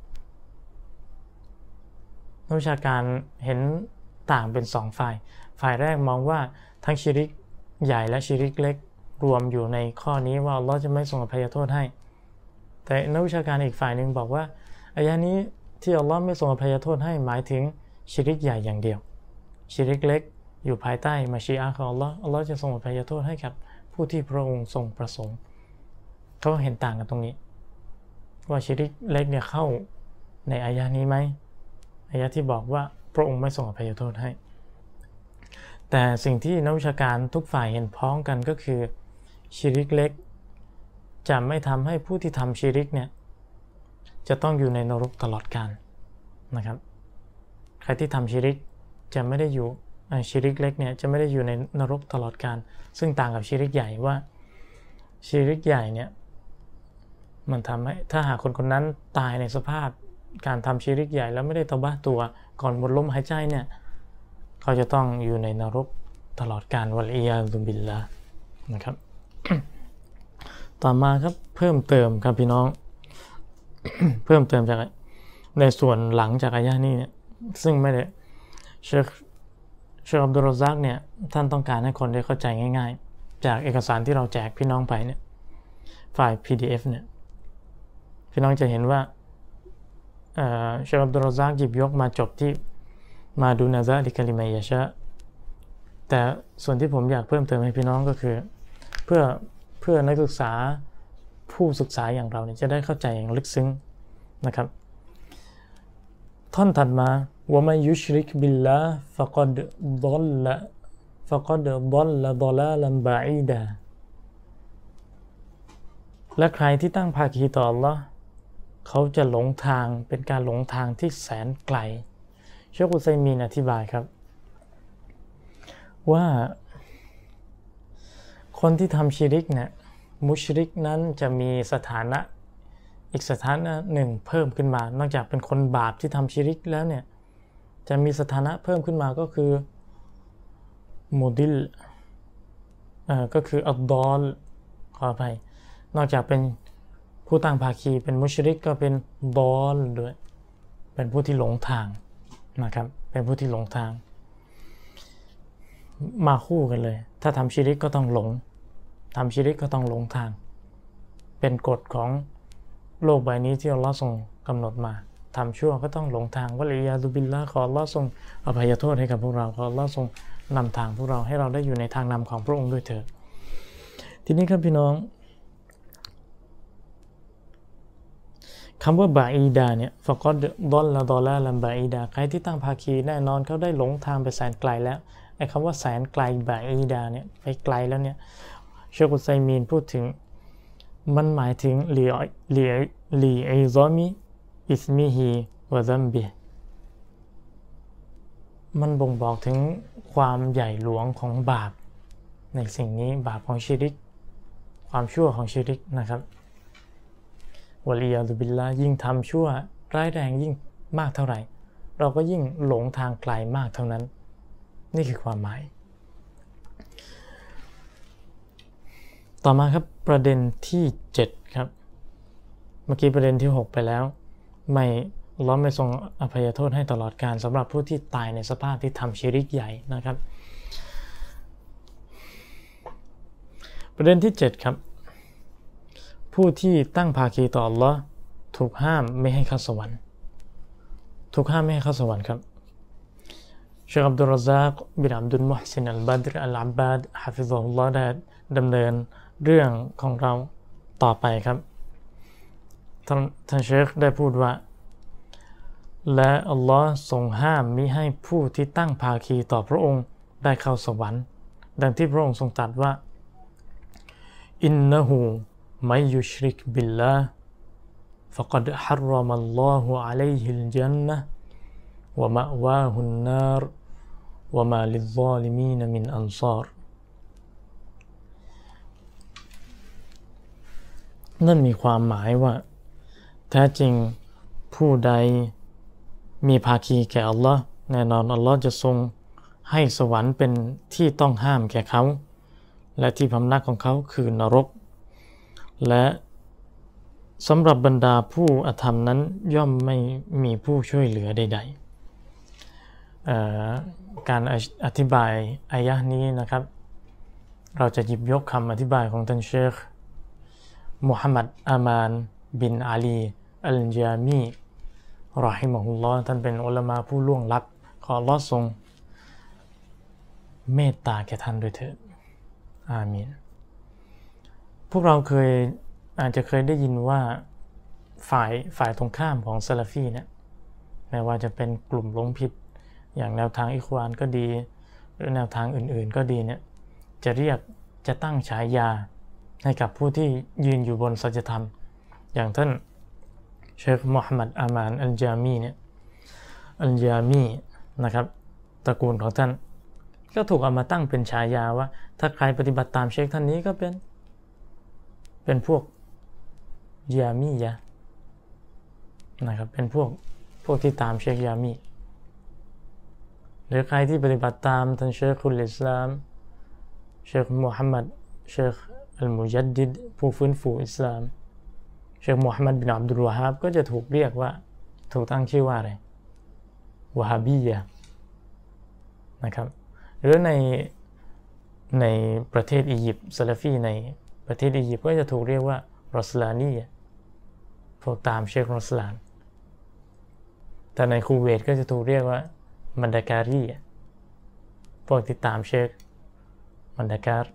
นักวิชาการเห็นต่างเป็นสองฝ่ายฝ่ายแรกมองว่าทั้งชิริกใหญ่และชิริกเล็กรวมอยู่ในข้อนี้ว่าอัลลอฮ์จะไม่ทรงอภัยโทษให้แต่นักวิชาการอีกฝ่ายหนึ่งบอกว่าอายะนี้ที่อัลลอฮ์ไม่ทรงอภัยโทษให้หมายถึงชิริกใหญ่อย่างเดียวชิริกเล็กอยู่ภายใต้มัชีอะห์ของอัลลอฮ์อัลลอฮ์จะทรงอภัยโทษให้กับผู้ที่พระองค์ทรงประสงค์เขาเห็นต่างกันตรงนี้ว่าชิริกเล็กเนี่ยเข้าในอายะนี้ไหมอายะที่บอกว่าพระองค์ไม่ทรงอภัยโทษให้แต่สิ่งที่นักวิชาการทุกฝ่ายเห็นพ้องกันก็คือชิริกเล็กจะไม่ทำให้ผู้ที่ทำชิริกเนี่ยจะต้องอยู่ในนรกตลอดกาลนะครับใครที่ทำชิริกจะไม่ได้อยู่ชิริกเล็กเนี่ยจะไม่ได้อยู่ในนรกตลอดกาลซึ่งต่างกับชิริกใหญ่ว่าชิริกใหญ่เนี่ยมันทำให้ถ้าหากคนคนนั้นตายในสภาพการทำชิริกใหญ่แล้วไม่ได้ตะบะตัวก่อนหมดลมหายใจเนี่ยเขาจะต้องอยู่ในนรกตลอดกาลวัลอียาซุบิลลาห์นะครับ ต่อมาครับเพิ่มเติมครับพี่น้อง เพิ่มเติมจากในส่วนหลังจากอายะนี้เนี่ยซึ่งไม่ได้เชคเชคอับดุลรอซักเนี่ยท่านต้องการให้คนได้เข้าใจง่ายๆจากเอกสารที่เราแจกพี่น้องไปเนี่ยไฟล์ พี ดี เอฟ เนี่ยพี่น้องจะเห็นว่าเชคอับดุลรอซักหยิบยกมาจบที่มาดูนาซาลิกะลิมัยยะชาแต่ส่วนที่ผมอยากเพิ่มเติมให้พี่น้องก็คือเพื่อเพื่อนักศึกษาผู้ศึกษาอย่างเราเนี่ยจะได้เข้าใจอย่างลึกซึ้งนะครับท่อนถัดมาว่ามันยุชริกบิลลาฟะกอดดอลละฟะกอดดอลละดอลาลันบะอีดาและใครที่ตั้งภาคีต่อ Allah เขาจะหลงทางเป็นการหลงทางที่แสนไกลเชคอุซัยมีนอธิบายครับว่าคนที่ทำชิริกเนี่ยมุชริกนั้นจะมีสถานะอีกสถานะหนึ่งเพิ่มขึ้นมานอกจากเป็นคนบาปที่ทำชิริกแล้วเนี่ยจะมีสถานะเพิ่มขึ้นมาก็คือมุดิลเอ่อก็คืออัดดอลขออภัยนอกจากเป็นผู้ตั้งภาคีเป็นมุชริกก็เป็นดอลด้วยเป็นผู้ที่หลงทางนะครับเป็นผู้ที่หลงทางมาคู่กันเลยถ้าทำชิริกก็ต้องหลงทำชิริกก็ต้องหลงทางเป็นกฎของโลกใบนี้ที่อัลลอฮ์ทรงกำหนดมาทำชั่วก็ต้องหลงทางวะลียาซุบิลลาห์ขออัลลอฮ์ทรงอภัยโทษให้กับพวกเราขออัลลอฮ์ทรงนำทางพวกเราให้เราได้อยู่ในทางนำของพระองค์ด้วยเถิดทีนี้ครับพี่น้องคำว่าบาอีดาเนี่ยฟะกอดดอลละดอลาลัมบาอีดาใครที่ตั้งภาคีแน่นอนเขาได้หลงทางไปแสนไกลแล้วไอ้คำว่าแสนไกลบาอีดาเนี่ยไปไกลแล้วเนี่ยเชคอุซัยมีนพูดถึงมันหมายถึงลีลีลีไอซอมิอิสมิฮีวะซัมบิมันบ่งบอกถึงความใหญ่หลวงของบาปในสิ่งนี้บาปของชิริกความชั่วของชิริกนะครับวะลียาซุบิลลาห์ยิ่งทำชั่วร้ายแรงยิ่งมากเท่าไหร่เราก็ยิ่งหลงทางไกลมากเท่านั้นนี่คือความหมายต่อมาครับประเด็นที่เจ็ดครับเมื่อกี้ประเด็นที่หกไปแล้วไม่อัลเลาะห์ไม่ทรงอภัยโทษให้ตลอดกาลสำหรับผู้ที่ตายในสภาพที่ทำชิริกใหญ่นะครับประเด็นที่เจ็ดครับผู้ที่ตั้งภาคีต่ออัลเลาะห์ถูกห้ามไม่ให้เข้าสวรรค์ถูกห้ามไม่ให้เข้าสวรรค์ครับเชคอับดุลรอซากบินอับดุลมุฮซินอัลบัดรอัลอับบาดฮะฟิซะฮุลลอฮ์ได้ดำเนินเรื่องของเราต่อไปครับท่านท่านเชคได้พูดว่าและอัลลอฮ์ทรงห้ามมิให้ผู้ที่ตั้งภาคีต่อพระองค์ได้เข้าสวรรค์ดังที่พระองค์ทรงตรัสว่าอินนะฮูมัยยุชริกบิลลาห์ฟะกัดฮัรรมัลลอฮุอะลัยฮิลญันนะฮ์วะมะวาฮุนนารวะมาลิซซอลิมีนมินอันซอรนั่นมีความหมายว่าแท้จริงผู้ใดมีภาคีแก่อัลลอฮ์แน่นอนอัลลอฮ์จะทรงให้สวรรค์เป็นที่ต้องห้ามแก่เขาและที่พำนักของเขาคือนรกและสำหรับบรรดาผู้อธรรมนั้นย่อมไม่มีผู้ช่วยเหลือใดๆการอธิบายอายะห์นี้นะครับเราจะหยิบยกคำอธิบายของท่านเชคมุฮัมมัดอามานบินอาลีอัลญามีรอฮิมะฮุลลอฮ์ท่านเป็นอุลามะผู้ล่วงลับขออัลเลาะห์ทรงเมตตาแก่ท่านด้วยเถิดอามีนพวกเราเคยอาจจะเคยได้ยินว่าฝ่ายฝ่ายตรงข้ามของซะลาฟีเนี่ยไม่ว่าจะเป็นกลุ่มหลงผิดอย่างแนวทางอิควานก็ดีหรือแนวทางอื่นๆก็ดีเนี่ยจะเรียกจะตั้งฉายาให้กับผู้ที่ยืนอยู่บนสัจธรรมอย่างท่านเชคมุฮัมมัดอามานอัลญามีเนี่ยอัลญามีนะครับตระกูลของท่านก็ถูกเอามาตั้งเป็นฉายาว่าถ้าใครปฏิบัติตามเชคท่านนี้ก็เป็นเป็นพวกยามียะนะครับเป็นพวกพวกที่ตามเชคยามีหรือใครที่ปฏิบัติตามท่านเชคุลอิสลามเชคมุฮัมมัดเชคอัลมุจัดดิดผู้ฟื้นฟูอิสลามเชคมุฮัมมัดบินอับดุลวะฮาบก็จะถูกเรียกว่าถูกตั้งชื่อว่าอะไรวะฮาบียะนะครับหรือในในประเทศอียิปต์ซะลาฟีในประเทศอียิปต์ก็จะถูกเรียกว่ารอสลานีพวกตามเชครอสลานแต่ในคูเวตก็จะถูกเรียกว่ามันดาการีพวกที่ตามเชคมันดาการ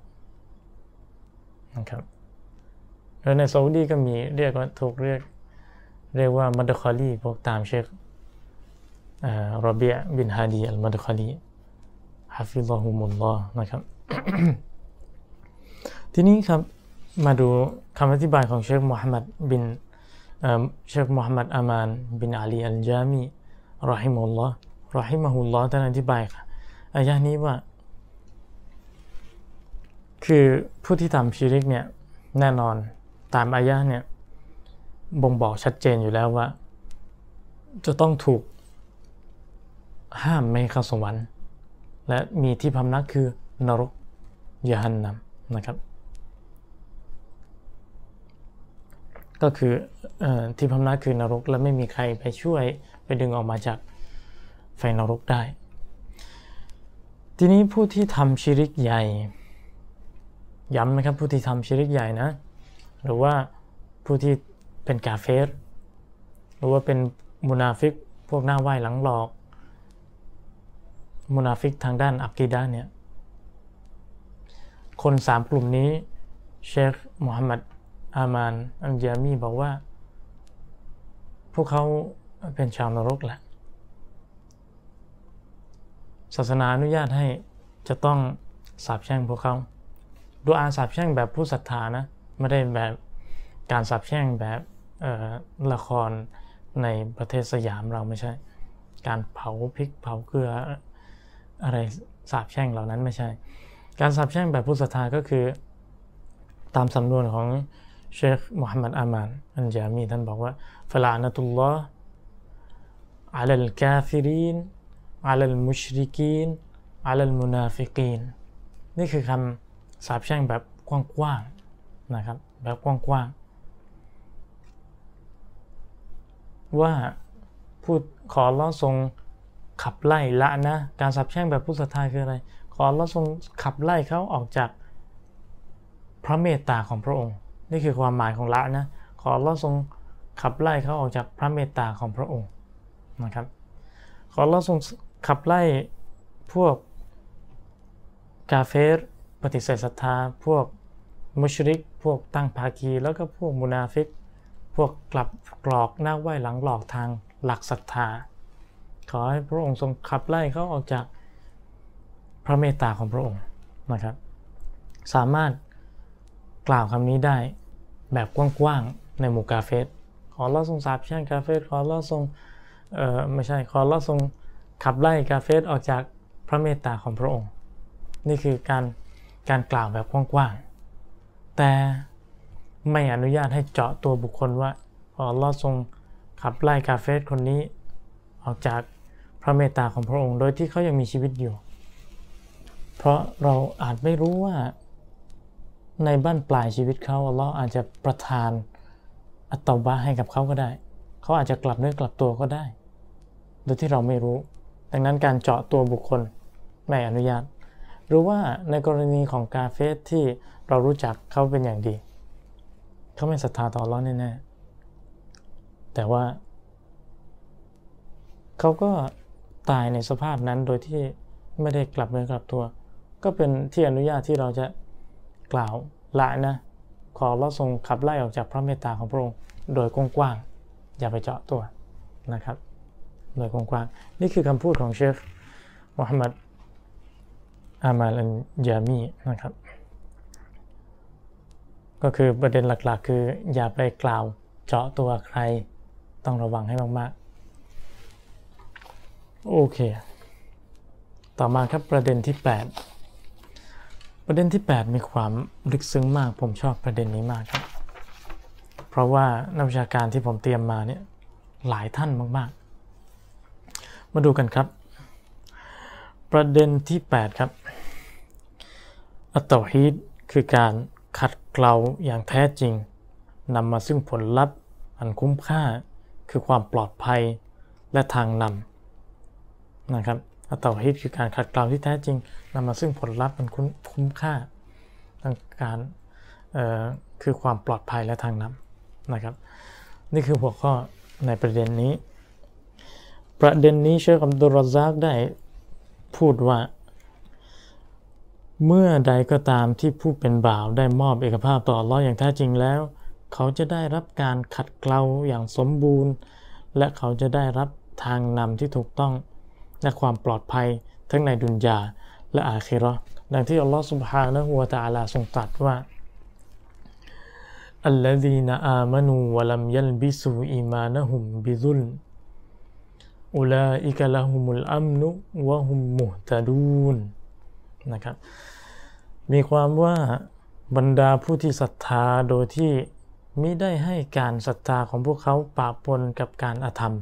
นะครับแล้วในซาอุดีก็มีเรียกว่าถูกเรียกเรียกว่ามัดคอลีพวกตามเชครอเบียบินฮาดีอัลมัดคอลีฮะฟิซะฮุมุลลอฮ์นะครับทีนี้ครับมาดูคำอธิบายของเชคมูฮัมหมัดบินเชคมูฮัมหมัดอามานบินอาลีอัลจามีรอฮิมุลลอฮ์รอฮิมะฮุลลอฮ์ท่านอธิบายค่ะอายะนี้ว่าคือผู้ที่ทำชิริกเนี่ยแน่นอนตามอายะเนี่ยบ่งบอกชัดเจนอยู่แล้วว่าจะต้องถูกห้ามไม่ให้เข้าสวรรค์และมีที่พำนักคือนรกยะฮันนัมนะครับก็คือเอ่อที่พำนักคือนรกและไม่มีใครไปช่วยไปดึงออกมาจากไฟนรกได้ทีนี้ผู้ที่ทำชิริกใหญ่ย้ำนะครับผู้ที่ทำชิริกใหญ่นะหรือว่าผู้ที่เป็นกาเฟรหรือว่าเป็นมุนาฟิกพวกหน้าไหว้หลังหลอกมุนาฟิกทางด้านอักีดะห์เนี่ยคนสามกลุ่มนี้เชคมูฮัมหมัดอามานอัลจามีบอกว่าพวกเขาเป็นชาวนรกแหละศาสนาอนุญาตให้จะต้องสาปแช่งพวกเขาดูอาสาปแช่งแบบผู้ศรัทธานะไม่ได้แบบการสาปแช่งแบบละครในประเทศสยามเราไม่ใช่การเผาพริกเผาเกลืออะไรสาปแช่งเหล่านั้นไม่ใช่การสาปแช่งแบบผู้ศรัทธาก็คือตามสำนวนของเชคมูฮัมหมัดอามานอัลจามีท่านบอกว่าฟะลานะตุลลอฮ์อะลัลกาฟิรินอะลัลมุชริกีนอะลัลมุนาฟิกีนนี่คือคำสาปแช่งแบบกว้างๆนะครับแบบกว้างๆว่าพูดขออัลเลาะห์ทรงขับไล่ละนะการสาปแช่งแบบผู้ศรัทธาคืออะไรขออัลเลาะห์ทรงขับไล่เขาออกจากพระเมตตาของพระองค์นี่คือความหมายของละนะขออัลเลาะห์ทรงขับไล่เขาออกจากพระเมตตาของพระองค์นะครับขออัลเลาะห์ทรงขับไล่พวกกาเฟรปฏิเสธศรัทธาพวกมุชริกพวกตั้งภาคีแล้วก็พวกมุนาฟิกพวกกลับกรอกหน้าไหว้หลังหลอกทางหลักศรัทธาขอให้พระองค์ทรงขับไล่เขาออกจากพระเมตตาของพระองค์นะครับสามารถกล่าวคำนี้ได้แบบกว้างๆในหมู่กาเฟรขออัลเลาะห์ทรงสาปแช่งกาเฟรขออัลเลาะห์ทรงเอ่อไม่ใช่ขออัลเลาะห์ทรงขับไล่กาเฟรออกจากพระเมตตาของพระองค์นี่คือการการกล่าวแบบกว้างๆแต่ไม่อนุญาตให้เจาะตัวบุคคลว่าขออัลเลาะห์ทรงขับไล่กาเฟรคนนี้ออกจากพระเมตตาของพระองค์โดยที่เขายังมีชีวิตอยู่เพราะเราอาจไม่รู้ว่าในบั้นปลายชีวิตเขาอัลเลาะห์อาจจะประทานอัตตอบะห์ให้กับเขาก็ได้เขาอาจจะกลับเนื้อกลับตัวก็ได้โดยที่เราไม่รู้ดังนั้นการเจาะตัวบุคคลไม่อนุญาตหรือว่าในกรณีของกาเฟรที่เรารู้จักเขาเป็นอย่างดีเขาไม่ศรัทธาต่ออัลเลาะห์แน่ๆแต่ว่าเขาก็ตายในสภาพนั้นโดยที่ไม่ได้กลับเนื้อกลับตัวก็เป็นที่อนุญาตที่เราจะกล่าวละนะขออัลเลาะห์ทรงขับไล่ออกจากพระเมตตาของพระองค์โดยกว้างๆอย่าไปเจาะตัวนะครับโดยกว้างๆนี่คือคำพูดของเชคมูฮัมหมัดอามาลอัลจามีนะครับก็คือประเด็นหลักๆคืออย่าไปกล่าวเจาะตัวใครต้องระวังให้มากๆโอเคต่อมาครับประเด็นที่แปดประเด็นที่แปดมีความลึกซึ้งมากผมชอบประเด็นนี้มากครับเพราะว่านักวิชาการที่ผมเตรียมมาเนี่ยหลายท่านมากๆมาดูกันครับประเด็นที่แปดครับอัตเตาฮีดคือการขัดเกลาอย่างแท้จริงนำมาซึ่งผลลัพธ์อันคุ้มค่าคือความปลอดภัยและทางนำนะครับอัตเตาฮีดคือการขัดเกลาที่แท้จริงนำมาซึ่งผลลัพธ์อันคุ้มค่าทางการเอ่อคือความปลอดภัยและทางนำนะครับนี่คือหัวข้อในประเด็นนี้ประเด็นนี้เชคอับดุลรอซากได้พูดว่าเมื่อใดก็ตามที่ผู้เป็นบ่าวได้มอบเอกภาพต่ออัลเลาะห์อย่างแท้จริงแล้วเขาจะได้รับการขัดเกลาอย่างสมบูรณ์และเขาจะได้รับทางนำที่ถูกต้องและความปลอดภัยทั้งในดุนยาและอาคิเราะห์ดังที่อัลเลาะห์ซุบฮานะฮูวะตะอาลาทรงตรัสว่าอัลลซีนอามานูวะลัมยัลบิซูอีมานะฮุมบิซุลอุลาอิกะละฮุมุลอัมนุวะฮุมมุฮตะดูนนะครับมีความว่าบรรดาผู้ที่ศรัทธาโดยที่มิได้ให้การศรัทธาของพวกเขาปะปนกับการอธรรม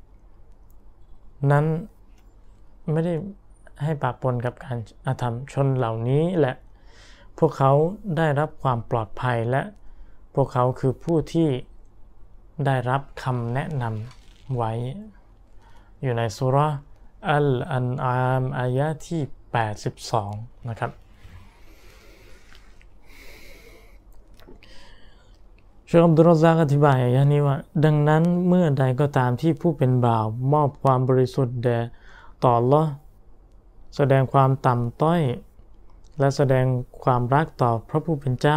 นั้นไม่ได้ให้ปะปนกับการอธรรมชนเหล่านี้แหละพวกเขาได้รับความปลอดภัยและพวกเขาคือผู้ที่ได้รับคำแนะนำไว้อยู่ในซูเราะห์อัลอันอามอายะที่แปดสิบสองนะครับเชคอับดุลรอซากอธิบายอย่างนี้ว่าดังนั้นเมื่อใดก็ตามที่ผู้เป็นบ่าวมอบความบริสุทธิ์แด่ต่ออัลเลาะห์แสดงความต่ำต้อยและแสดงความรักต่อพระผู้เป็นเจ้า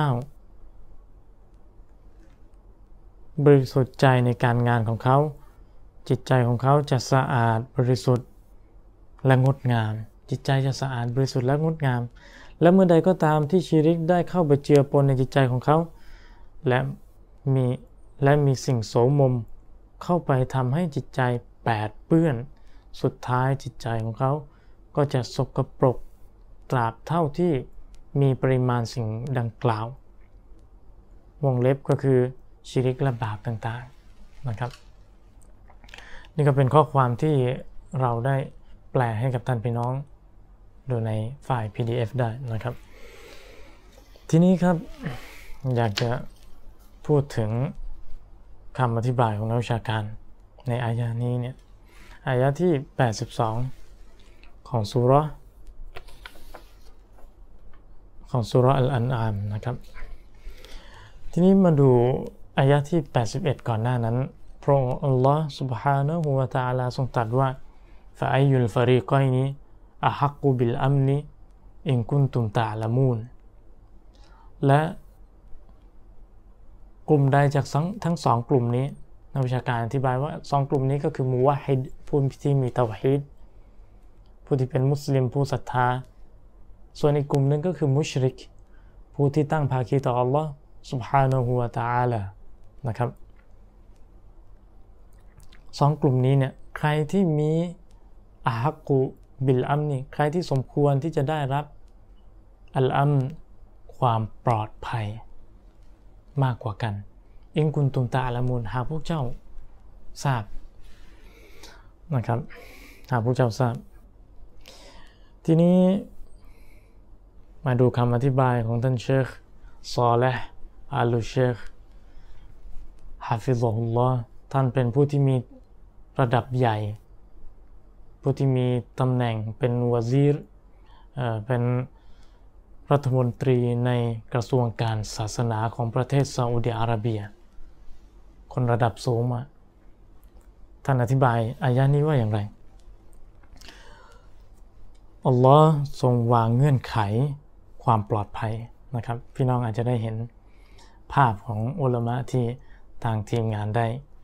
บริสุทธิ์ใจในการงานของเขาจิตใจของเขาจะสะอาดบริสุทธิ์และงดงามจิตใจจะสะอาดบริสุทธิ์และงดงามและเมื่อใดก็ตามที่ชิริกได้เข้าไปเจือปนในจิตใจของเขาและมีและมีสิ่งโสมมเข้าไปทำให้จิตใจแปดเปื้อนสุดท้ายจิตใจของเขาก็จะสกปรกตราบเท่าที่มีปริมาณสิ่งดังกล่าววงเล็บก็คือชิริกและบาปต่างๆนะครับนี่ก็เป็นข้อความที่เราได้แปลให้กับท่านพี่น้องดูในไฟล์ พี ดี เอฟ ได้นะครับทีนี้ครับอยากจะพูดถึงคำอธิบายของนักวิชาการในอายะนี้เนี่ยอายะที่แปดสิบสองของซูเราะห์ของซูเราะห์อัลอันอามนะครับทีนี้มาดูอายะที่แปดสิบเอ็ดก่อนหน้านั้นพระองค์อัลลอฮ์ سبحانه และ تعالى ทรงตรัสว่าฟะอัยยุลฟะรีกอยนีอะฮักกุบิลอัมนีอินกุนตุมตะละมูนและกลุ่มใดจากทั้งสองกลุ่มนี้นักวิชาการอธิบายว่าสองกลุ่มนี้ก็คือมุวะฮิดผู้ที่มีเตาฮีดผู้ที่เป็นมุสลิมผู้ศรัทธาส่วนอีกกลุ่มนึงก็คือมุชริกผู้ที่ตั้งภาคีต่ออัลลอฮ์ سبحانه และ تعالى นะครับสองกลุ่มนี้เนี่ยใครที่มีอะฮักกุบิลอัมนีใครที่สมควรที่จะได้รับอัลอัมความปลอดภัยมากกว่ากันอิงกุนตุมตะละมูลหากพวกเจ้าทราบนะครับหากพวกเจ้าทราบทีนี้มาดูคำอธิบายของท่านเชคซอลิห์อัลลุเชคฮะฟิซะฮุลลอฮ์ท่านเป็นผู้ที่มีระดับใหญ่ผู้ที่มีตำแหน่งเป็นวาซีรเอ่อเป็นรัฐมนตรีในกระทรวงการศาสนาของประเทศซาอุดิอาระเบียคนระดับสูงมาท่านอธิบายอายะนี้ว่าอย่างไรอัลลอฮ์ทรงวางเงื่อนไขความปลอดภัยนะครับพี่น้องอาจจะได้เห็นภาพของอุลามะที่ทางทีมงานได้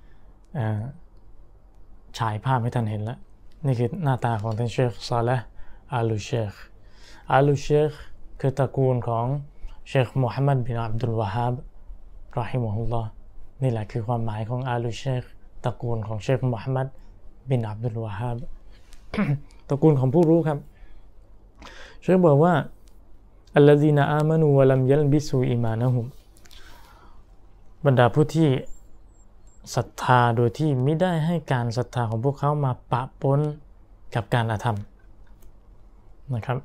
ฉายภาพให้ท่านเห็นแล้วนี่คือหน้าตาของท่านเชคซอลิห์อัลลุเชคอัลลุเชคคือตระกูลของเชคมุฮัมมัดบินอับดุลวะฮาบรอฮิมะฮุลลอฮ์นี่แหละคือความหมายของอัลลุเชคตระกูลของเชคมุฮัมมัดบินอับดุลวะฮาบ ตระกูลของผู้รู้ครับเชคบอกว่าอัลลซีนาอามานูวะลัมยัลบิซูอีมานะฮุมบรรดาผู้ที่ศรัทธาโดยที่ไม่ได้ให้การศรัทธาของพวกเขามาปะปนกับการอธรรมนะครับ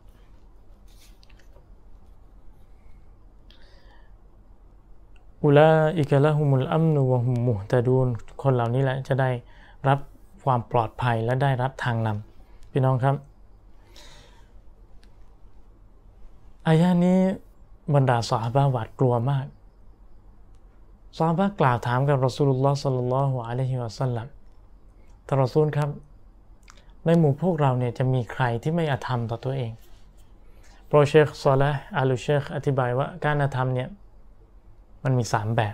อุลาอิกะละฮุมุลอัมนุวะฮุมมุฮตะดูนคนเหล่านี้แหละจะได้รับความปลอดภัยและได้รับทางนำพี่น้องครับอายะนี้บรรดาซอฮาบะห์หวาดกลัวมากซอฮาบะห์กล่าวถามกับรอซูลุลลอฮ์ ศ็อลลัลลอฮุอะลัยฮิวะซัลลัมท่านรอซูลครับในหมู่พวกเราเนี่ยจะมีใครที่ไม่อธรรมต่อตัวเองโปรเชคซอลาห์อาลูเชคอธิบายว่าการกระทำเนี่ยมันมีสามแบบ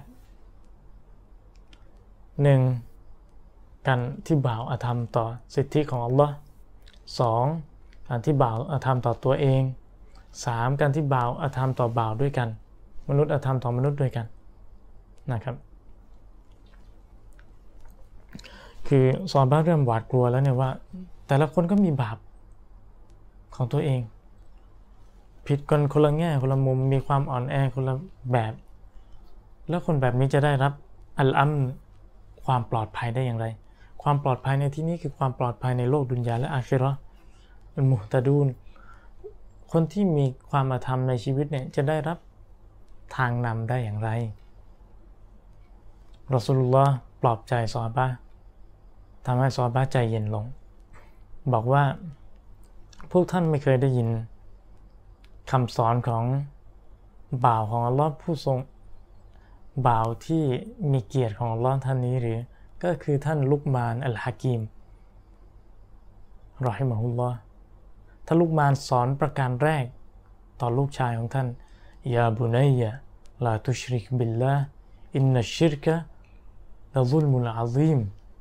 หนึ่งการที่บ่าวอาธรรมต่อสิทธิของอัลลอฮ์สองการที่บ่าวอาธรรมต่อตัวเองสามการที่บ่าวอาธรรมต่อบ่าวด้วยกันมนุษย์อาธรรมต่อมนุษย์ด้วยกันนะครับคือซอฮาบะห์เริ่มหวาดกลัวแล้วเนี่ยว่าแต่ละคนก็มีบาปของตัวเองผิดกันคนละแง่คนละมุมมีความอ่อนแอคนละแบบแล้วคนแบบนี้จะได้รับอัลอัมความปลอดภัยได้อย่างไรความปลอดภัยในที่นี้คือความปลอดภัยในโลกดุนยาและอาคิเราะห์อัลมุฮตะดูนคนที่มีความอาธรรมในชีวิตเนี่ยจะได้รับทางนำได้อย่างไรรอซูลุลลอฮ์ปลอบใจซอฮาบะห์ทำให้ซอฮาบะห์ใจเย็นลงบอกว่าพวกท่านไม่เคยได้ยินคำสอนของบ่าวของอัลลอฮ์ผู้ทรงบ่าวที่มีเกียรติของอัลลอฮ์ท่านนี้หรือก็คือท่านลุกมานอัลฮะกีมรอฮิมะฮุลลอฮ์ท่านลุกมานสอนประการแรกต่อลูกชายของท่านยาบุนัยยะลาตุชริกบิลลาห์อินนัชชิรกะละซุลมุลอะซีม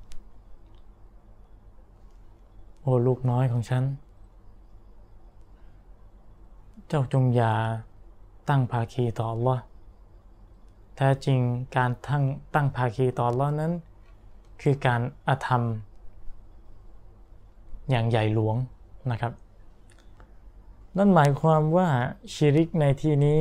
โอ้ลูกน้อยของฉันเจ้าจงอย่าตั้งภาคีต่ออัลลอฮ์แท้จริงการตั้งตั้งภาคีต่ออัลลอฮ์นั้นคือการอาธรรมอย่างใหญ่หลวงนะครับนั่นหมายความว่าชิริกในที่นี้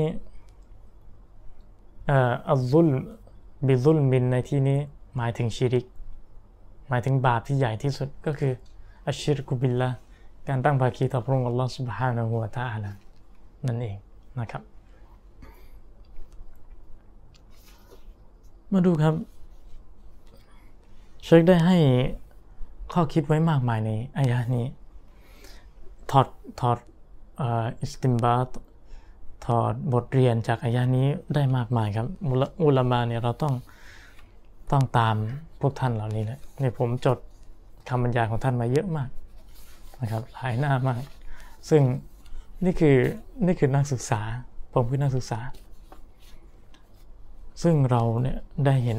เอ่ออัลซุลบิซุลมินในที่นี้หมายถึงชิริกหมายถึงบาปที่ใหญ่ที่สุดก็คืออัชชิรกุบิลละการตั้งภาคีต่อพระองค์อัลลอฮ์ซุบฮานะฮูวะตะอาลานั่นเองนะครับมาดูครับเชคได้ให้ข้อคิดไว้มากมายในอายะห์นี้ถอดถอดอิสติมบาตถอดบทเรียนจากอายะห์นี้ได้มากมายครับอุลามะเนี่ยเราต้องต้องตามพวกท่านเหล่านี้นะเนี่ยผมจดคำบรรยายของท่านมาเยอะมากนะครับหลายหน้ามากซึ่งนี่คือนี่คือนักศึกษาผมคือนักศึกษาซึ่งเราเนี่ยได้เห็น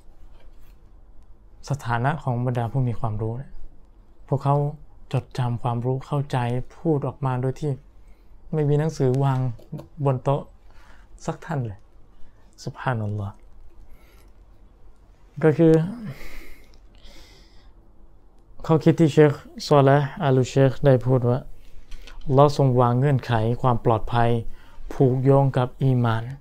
สถานะของบรรดาผู้มีความรู้เนี่ยพวกเขาจดจำความรู้เข้าใจพูดออกมาโดยที่ไม่มีหนังสือวางบนโต๊ะสักท่านเลยซุบฮานัลลอฮ์ก็คือเขาคิดที่เชคซอลาห์อาลูเชคได้พูดว่าอัลเลาะห์ทรงวางเงื่อนไขความปลอดภัยผูกโยงกับอีหม่าน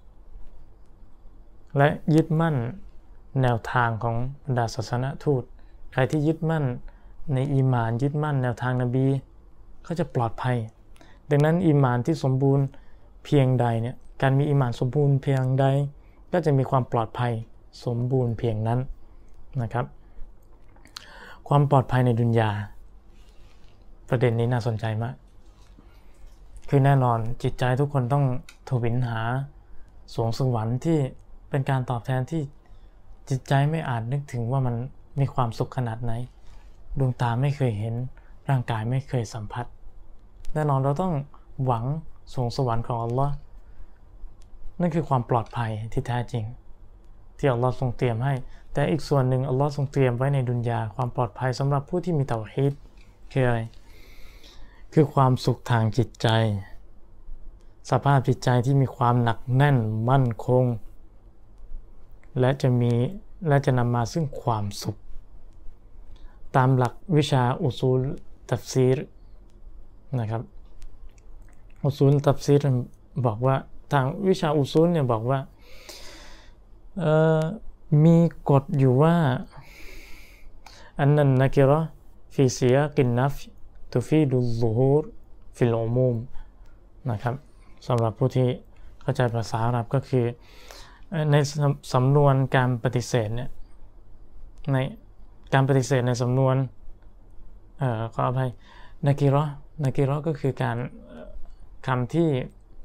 และยึดมั่นแนวทางของบรรดาศาสนทูตใครที่ยึดมั่นในอีหม่านยึดมั่นแนวทางนบีเขาจะปลอดภัยดังนั้นอีหม่านที่สมบูรณ์เพียงใดเนี่ยการมีอีหม่านสมบูรณ์เพียงใดก็จะมีความปลอดภัยสมบูรณ์เพียงนั้นนะครับความปลอดภัยในดุนยาประเด็นนี้น่าสนใจมากคือแน่นอนจิตใจทุกคนต้องทวินหาสวงสวรรค์ที่เป็นการตอบแทนที่จิตใจไม่อาจนึกถึงว่ามันมีความสุขขนาดไหนดวงตาไม่เคยเห็นร่างกายไม่เคยสัมผัสแน่นอนเราต้องหวังสวงสวรรค์ของอัลลอฮ์นั่นคือความปลอดภัยที่แท้จริงที่อัลลอฮ์ทรงเตรียมให้แต่อีกส่วนหนึ่งอัลลอฮ์ทรงเตรียมไว้ในดุนยาความปลอดภัยสำหรับผู้ที่มีเตาฮีดคืออะไรคือความสุขทางจิตใจสภาพจิตใจที่มีความหนักแน่นมั่นคงและจะมีและจะนำมาซึ่งความสุขตามหลักวิชาอุซูลตัฟซีรนะครับอุซูลตัฟซีรบอกว่าทางวิชาอุซูลเนี่ยบอกว่าเอ่อมีกฎอยู่ว่าอันนั้นนะกิเราะห์ฟีซิยากินนัฟตุฟีดุลซุฮูรฟิลอุมูมนะครับสำหรับผู้ที่เข้าใจภาษาอาหรับก็คือในสำนวนการปฏิเสธเนี่ยในการปฏิเสธในสำนวนเอ่อขออภัยนะกิเราะห์นะกิเราะห์ก็คือการคำที่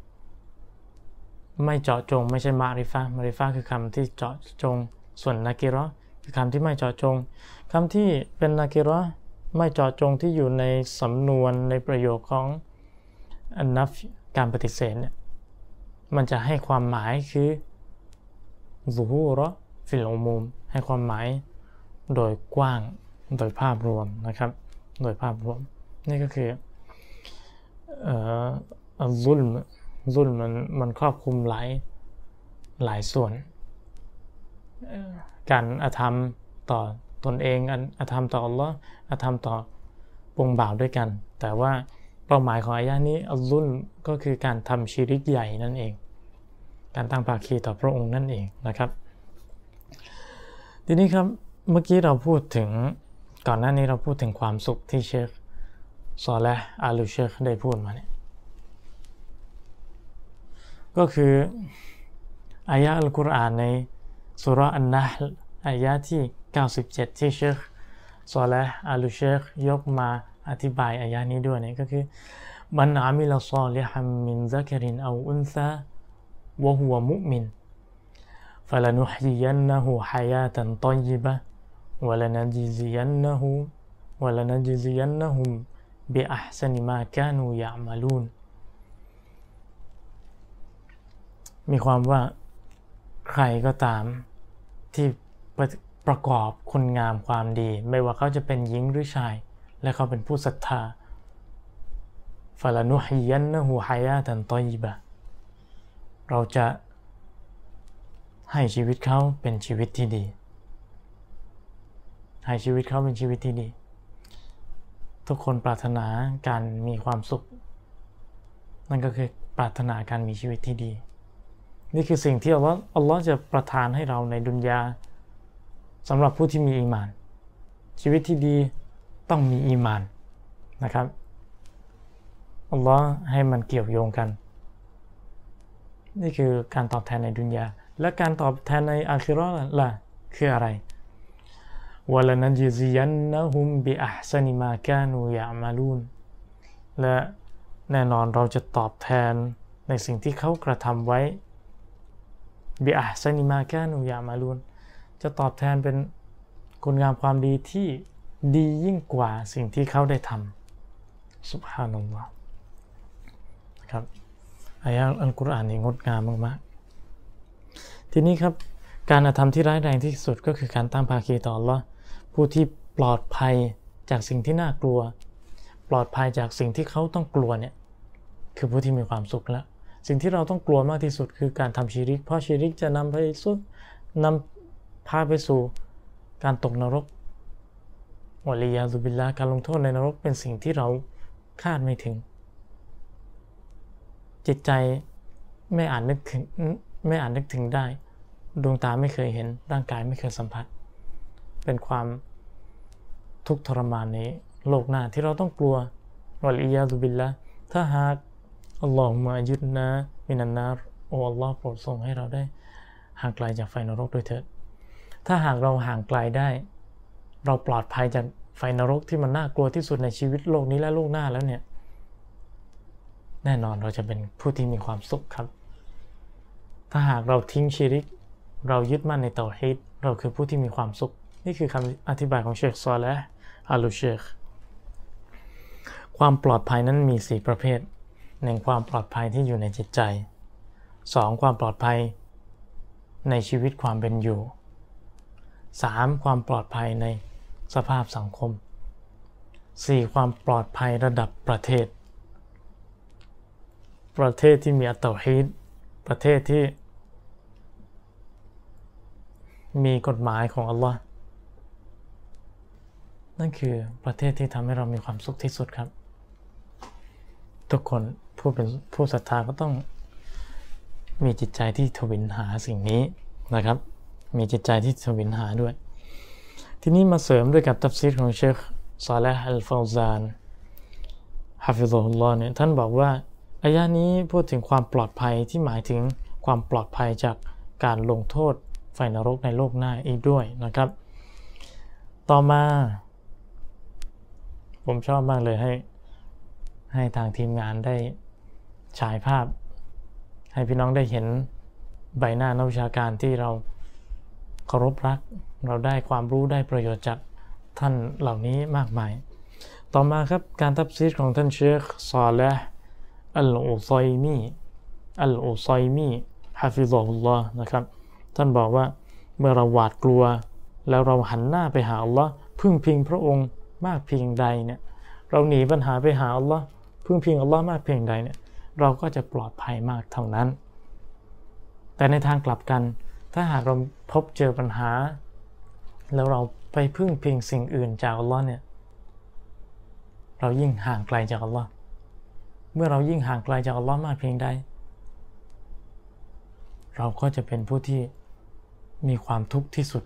ไม่เจาะจงไม่ใช่มาริฟะมาริฟะคือคำที่เจาะจงส่วนนะกิเราะห์คือคำที่ไม่เจาะจงคำที่เป็นนะกิเราะห์ไม่เจาะจงที่อยู่ในสำนวนในประโยคของอันนัฟการปฏิเสธเนี่ยมันจะให้ความหมายคือซุฮูรอฟิลอุมูมให้ความหมายโดยกว้างโดยภาพรวมนะครับโดยภาพรวมนี่ก็คือเอ่อซุลมซุลมมันมันครอบคลุมหลายหลายส่วนการอธรรมต่อตนเองอธรรมต่ออัลลอฮ์อธรรมต่อปวงบ่าวด้วยกันแต่ว่าเป้าหมายของอายะห์นี้อัลซุลมก็คือการทำชิริกใหญ่นั่นเองการตั้งภาคีต่อพระองค์นั่นเองนะครับทีนี้ครับเมื่อกี้เราพูดถึงก่อนหน้านี้เราพูดถึงความสุขที่เชคซอเลห์อาลูเชคได้พูดมาเนี่ยก็คืออายะห์อัลกุรอานในซูเราะห์อันนะห์ลอายะห์ที่เก้าสิบเจ็ดที่เชคซอเลห์อาลูเชคยกมาอธิบายอายะห์นี้ด้วยเนี่ยก็คือมันอามิลซอลิฮัมมินซักรินเอาอุนซาวะฮุวะมุอ์มินفلنحيينه حياة طيبة ولنجزينه ولنجزينهم بأحسن ما كانوا يعملون มีความว่าใครก็ตามที่ประกอบคุณงามความดีไม่ว่าเขาจะเป็นหญิงหรือชายและเขาเป็นผู้ศรัทธา فلنحيينه حياة طيبة เราจะให้ชีวิตเขาเป็นชีวิตที่ดีให้ชีวิตเขาเป็นชีวิตที่ดีทุกคนปรารถนาการมีความสุขนั่นก็คือปรารถนาการมีชีวิตที่ดีนี่คือสิ่งที่อัลลอฮ์อัลลอฮ์จะประทานให้เราในดุนยาสำหรับผู้ที่มีอีหม่านชีวิตที่ดีต้องมีอีหม่านนะครับอัลลอฮ์ให้มันเกี่ยวโยงกันนี่คือการตอบแทนในดุนยาและการตอบแทนในอาคิเราะห์ล่ะคืออะไรวะลานัจซิยันนะฮุมบิอัห์ซะนิมากานูยะอ์มะลูนและแน่นอนเราจะตอบแทนในสิ่งที่เขากระทำไว้บิอัห์ซะนิมากานูยะอ์มะลูนจะตอบแทนเป็นคุณงามความดีที่ดียิ่งกว่าสิ่งที่เขาได้ทำซุบฮานัลลอฮ์ครับอายะห์อัลกุรอานนี่งดงามมากๆทีนี้ครับการกระทำที่ร้ายแรงที่สุดก็คือการตั้งภาคีต่ออัลเลาะห์ผู้ที่ปลอดภัยจากสิ่งที่น่ากลัวปลอดภัยจากสิ่งที่เขาต้องกลัวเนี่ยคือผู้ที่มีความสุขแล้วสิ่งที่เราต้องกลัวมากที่สุดคือการทำชิริกเพราะชิริกจะนำไปสู่นำพาไปสู่การตกนรกวะลียาซุบิลลาห์การลงโทษในนรกเป็นสิ่งที่เราคาดไม่ถึงจิตใจไม่อาจนึกถึงไม่อาจนึกถึงได้ดวงตาไม่เคยเห็นร่างกายไม่เคยสัมผัสเป็นความทุกข์ทรมานในโลกหน้าที่เราต้องกลัววะลียาซุบิลลาห์ถ้าหากอัลลอฮุมะอัจญิรนามินันนารโอ้อัลลอฮ์โปรดทรงให้เราได้ห่างไกลจากไฟนรกด้วยเถิดถ้าหากเราห่างไกลได้เราปลอดภัยจากไฟนรกที่มันน่ากลัวที่สุดในชีวิตโลกนี้และโลกหน้าแล้วเนี่ยแน่นอนเราจะเป็นผู้ที่มีความสุขครับถ้าหากเราทิ้งชิริกเรายึดมั่นในเตาฮีดเราคือผู้ที่มีความสุขนี่คือคำอธิบายของเชคซอเลห์อาลูเชคความปลอดภัยนั้นมีสี่ประเภทหนึ่งความปลอดภัยที่อยู่ในจิตใจสองความปลอดภัยในชีวิตความเป็นอยู่สามความปลอดภัยในสภาพสังคมสี่ความปลอดภัยระดับประเทศประเทศที่มีอัตเตาฮีดประเทศที่มีกฎหมายของอัลลอฮ์นั่นคือประเทศที่ทำให้เรามีความสุขที่สุดครับทุกคนผู้เป็นผู้ศรัทธาก็ต้องมีจิตใจที่ทวินหาสิ่งนี้นะครับมีจิตใจที่ทวินหาด้วยทีนี้มาเสริมด้วยกับตัฟซีรของเชคซอเลห์อัลฟาวซานฮะฟิซะฮุลลอฮ์เนี่ยท่านบอกว่าอายะห์นี้พูดถึงความปลอดภัยที่หมายถึงความปลอดภัยจากการลงโทษไฟนรกในโลกหน้าอีกด้วยนะครับต่อมาผมชอบมากเลยให้ให้ทางทีมงานได้ฉายภาพให้พี่น้องได้เห็นใบหน้านักวิชาการที่เราเคารพรักเราได้ความรู้ได้ประโยชน์จากท่านเหล่านี้มากมายต่อมาครับการตัฟซีรของท่านเชคซอเลห์อัลอุซัยมีอัลอุซัยมีฮะฟิซอฮุลลอฮ์นะครับท่านบอกว่าเมื่อเราหวาดกลัวแล้วเราหันหน้าไปหาอัลลอฮ์พึ่งพิงพระองค์มากเพียงใดเนี่ยเราหนีปัญหาไปหาอัลลอฮ์พึ่งพิงอัลลอฮ์มากเพียงใดเนี่ยเราก็จะปลอดภัยมากเท่านั้นแต่ในทางกลับกันถ้าหากเราพบเจอปัญหาแล้วเราไปพึ่งพิงสิ่งอื่นจากอัลลอฮ์เนี่ยเรายิ่งห่างไกลจากอัลลอฮ์เมื่อเรายิ่งห่างไกลจากอัลลอฮ์มากเพียงใดเราก็จะเป็นผู้ที่มีความทุกข์ที่สุด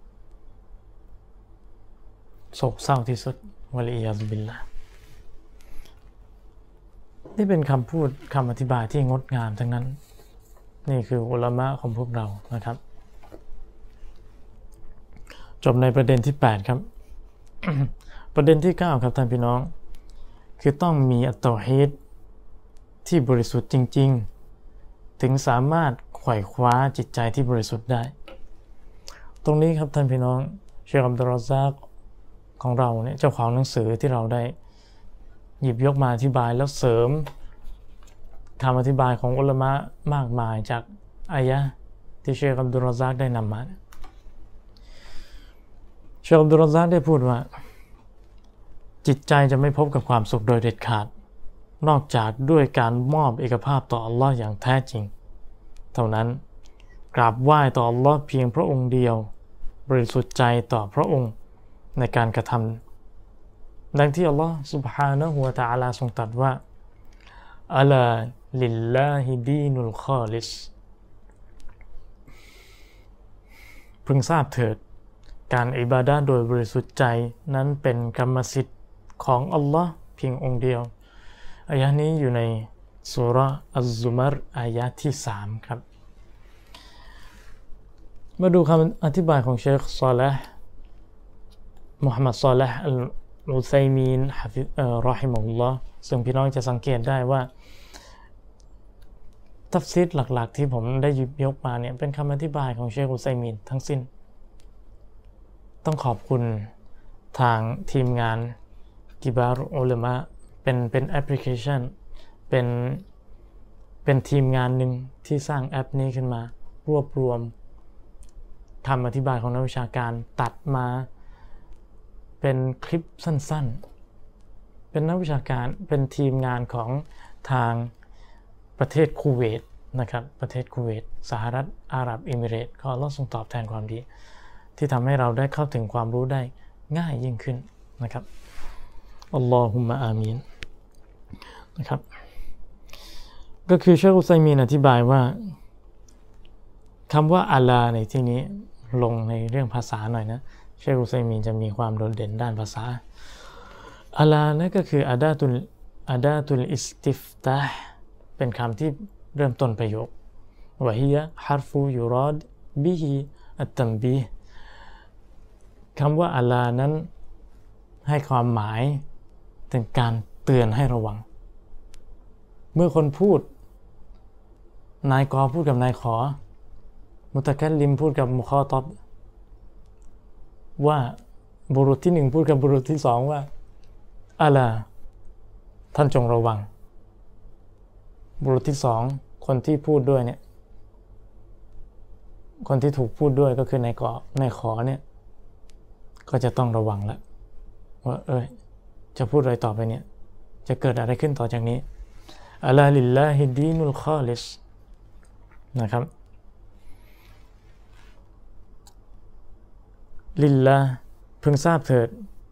โศกเศร้าที่สุดวะลียาซุบิลลาห์นี่เป็นคำพูดคำอธิบายที่งดงามทั้งนั้นนี่คืออุลามะของพวกเรานะครับจบในประเด็นที่แปดครับ ประเด็นที่เก้าครับท่านพี่น้องคือต้องมีอัตตอฮีดที่บริสุทธิ์จริงๆถึงสามารถไขว่คว้าจิตใจที่บริสุทธิ์ได้ตรงนี้ครับท่านพี่น้องเชคอับดุลรอซากของเราเนี่ยเจ้าของหนังสือที่เราได้หยิบยกมาอธิบายแล้วเสริมคำอธิบายของอุลามะมากมายจากอายะห์ที่เชคอับดุลรอซากได้นำมาเชคอับดุลรอซากได้พูดว่าจิตใจจะไม่พบกับความสุขโดยเด็ดขาดนอกจากด้วยการมอบเอกภาพต่ออัลลอฮ์อย่างแท้จริงเท่านั้นกราบไหว้ต่ออัลลอฮ์เพียงพระองค์เดียวบริสุทธิ์ใจต่อพระองค์ในการกระทำดังที่อัลลอฮ์ سبحانه และ تعالى ทรงตรัสว่าอัลาลิลลาฮิดีนุลคอลิสพึงทราบเถิดการอิบาดะห์โดยบริสุทธิ์ใจนั้นเป็นกรรมสิทธิ์ของอัลลอฮ์เพียงองค์เดียวอายะห์นี้อยู่ในซูเราะห์อัซซุมัรอายะห์ที่สามครับมาดูคำอธิบายของเชคซอลิห์มุฮัมมัดซอลิห์อัลอุซัยมีนฮะฟิซเอ่อรอฮิมะฮุลลอฮ์ซึ่งพี่น้องจะสังเกตได้ว่าตัฟซีรหลักๆที่ผมได้หยิบยกมาเนี่ยเป็นคำอธิบายของเชคอุซัยมีนทั้งสิ้นต้องขอบคุณทางทีมงานกิบารุอุลามะเป็นเป็นแอปพลิเคชันเป็นเป็นทีมงานหนึ่งที่สร้างแอปนี้ขึ้นมารวบรวมคำอธิบายของนักวิชาการตัดมาเป็นคลิปสั้นๆเป็นนักวิชาการเป็นทีมงานของทางประเทศคูเวตนะครับประเทศคูเวตสหรัฐอาหรับเอมิเรตส์ขออัลเลาะห์ทรงตอบแทนความดีที่ทำให้เราได้เข้าถึงความรู้ได้ง่ายยิ่งขึ้นนะครับอัลลอฮุมะอามีนนะครับก็คือเชคอุซัยมีนอธิบายว่าคำว่าอัลลาในที่นี้ลงในเรื่องภาษาหน่อยนะเชคอุซัยมีนจะมีความโดดเด่นด้านภาษาอัลลานั่นก็คืออาดาตุลอาดาตุลอิสติฟตาห์เป็นคำที่เริ่มต้นประโยควะฮิยะฮาร์ฟูยูรอดบิฮิอัตตัมบีฮ์คำว่าอัลลานั้นให้ความหมายถึงการเตือนให้ระวังเมื่อคนพูดนายกอพูดกับนายขอมุตะกัลลิมพูดกับมุคอฏอบว่าบุรุษที่หนึ่งพูดกับบุรุษที่สองว่าอัลลาท่านจงระวังบุรุษที่สองคนที่พูดด้วยเนี่ยคนที่ถูกพูดด้วยก็คือนายกอนายขอเนี่ยก็จะต้องระวังแล้วว่าเอ้ยจะพูดอะไรต่อไปเนี่ยจะเกิดอะไรขึ้นต่อจากนี้อัลลาลิลลาฮิดีนุลคอลิสนะครับลิลลาพึงทราบเถิด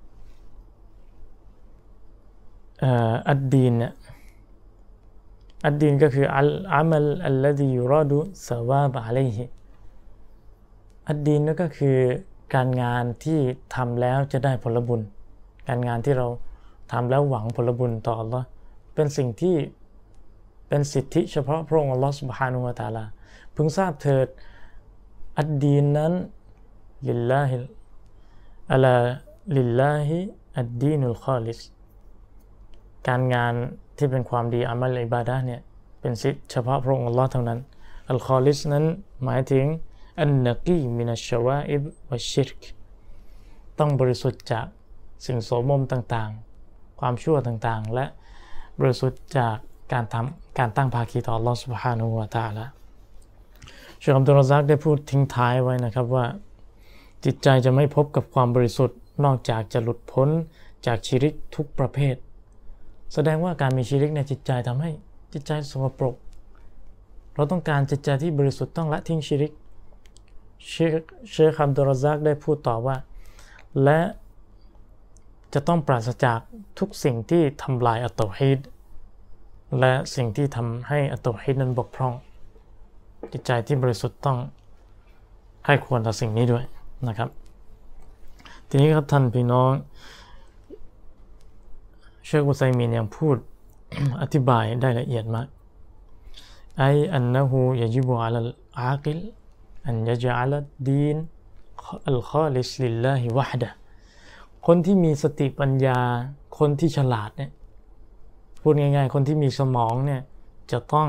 อัดดีนเนี่ยอัดดีนก็คืออัลอามัลอัลลซียุรอดุซะวาบะอะลัยฮิอัดดีนนั่นก็คือการงานที่ทำแล้วจะได้ผลบุญการงานที่เราทำแล้วหวังผลบุญต่ออัลลอฮ์เป็นสิ่งที่เป็นสิทธิเฉพาะพระองค์อัลลอฮ์ซุบฮานะฮูวะตะอาลาพึงทราบเถิดอัดดีนนั้นลิลลาฮิอัลาลิลลาฮิอัดดีนุลคอลิสการงานที่เป็นความดีอามัลอิบาดะห์เนี่ยเป็นสิทธิเฉพาะพระองค์อัลลอฮ์เท่านั้นอัลคอลิสนั้นหมายถึงอันนักีมินัชชะวาอิบวัชชิรกต้องบริสุทธิ์จากสิ่งโสมมต่างๆความชั่วต่างๆและบริสุทธิ์จากการทำการตั้งภาคีต่ออัลลอฮฺซุบฮานะฮูวะตะอาลาเชคอับดุลรอซักได้พูดทิ้งท้ายไว้นะครับว่าจิตใจจะไม่พบกับความบริสุทธิ์นอกจากจะหลุดพ้นจากชิริกทุกประเภทแสดงว่าการมีชิริกในจิตใจทำให้จิตใจสกปรกเราต้องการจิตใจที่บริสุทธิ์ต้องละทิ้งชิริกเชคเชคอับดุลรอซักได้พูดต่อว่าและจะต้องปราศจากทุกสิ่งที่ทำลายอัตเตาฮีดและสิ่งที่ทำให้อัตเตาฮีดนั้นบกพร่องจิตใจที่บริสุทธิ์ต้องใคร่ควรต่อสิ่งนี้ด้วยนะครับทีนี้ครับท่านพี่น้องเชคอุซัยมีนยังพูด อธิบายได้ละเอียดมากไออันนะฮูยะญิบุอะลัลอากิลอันยะญะอะลัดดีนอัลคอลิสลิลลาฮิวะฮดะห์คนที่มีสติปัญญาคนที่ฉลาดเนี่ยพูดง่ายๆคนที่มีสมองเนี่ยจะต้อง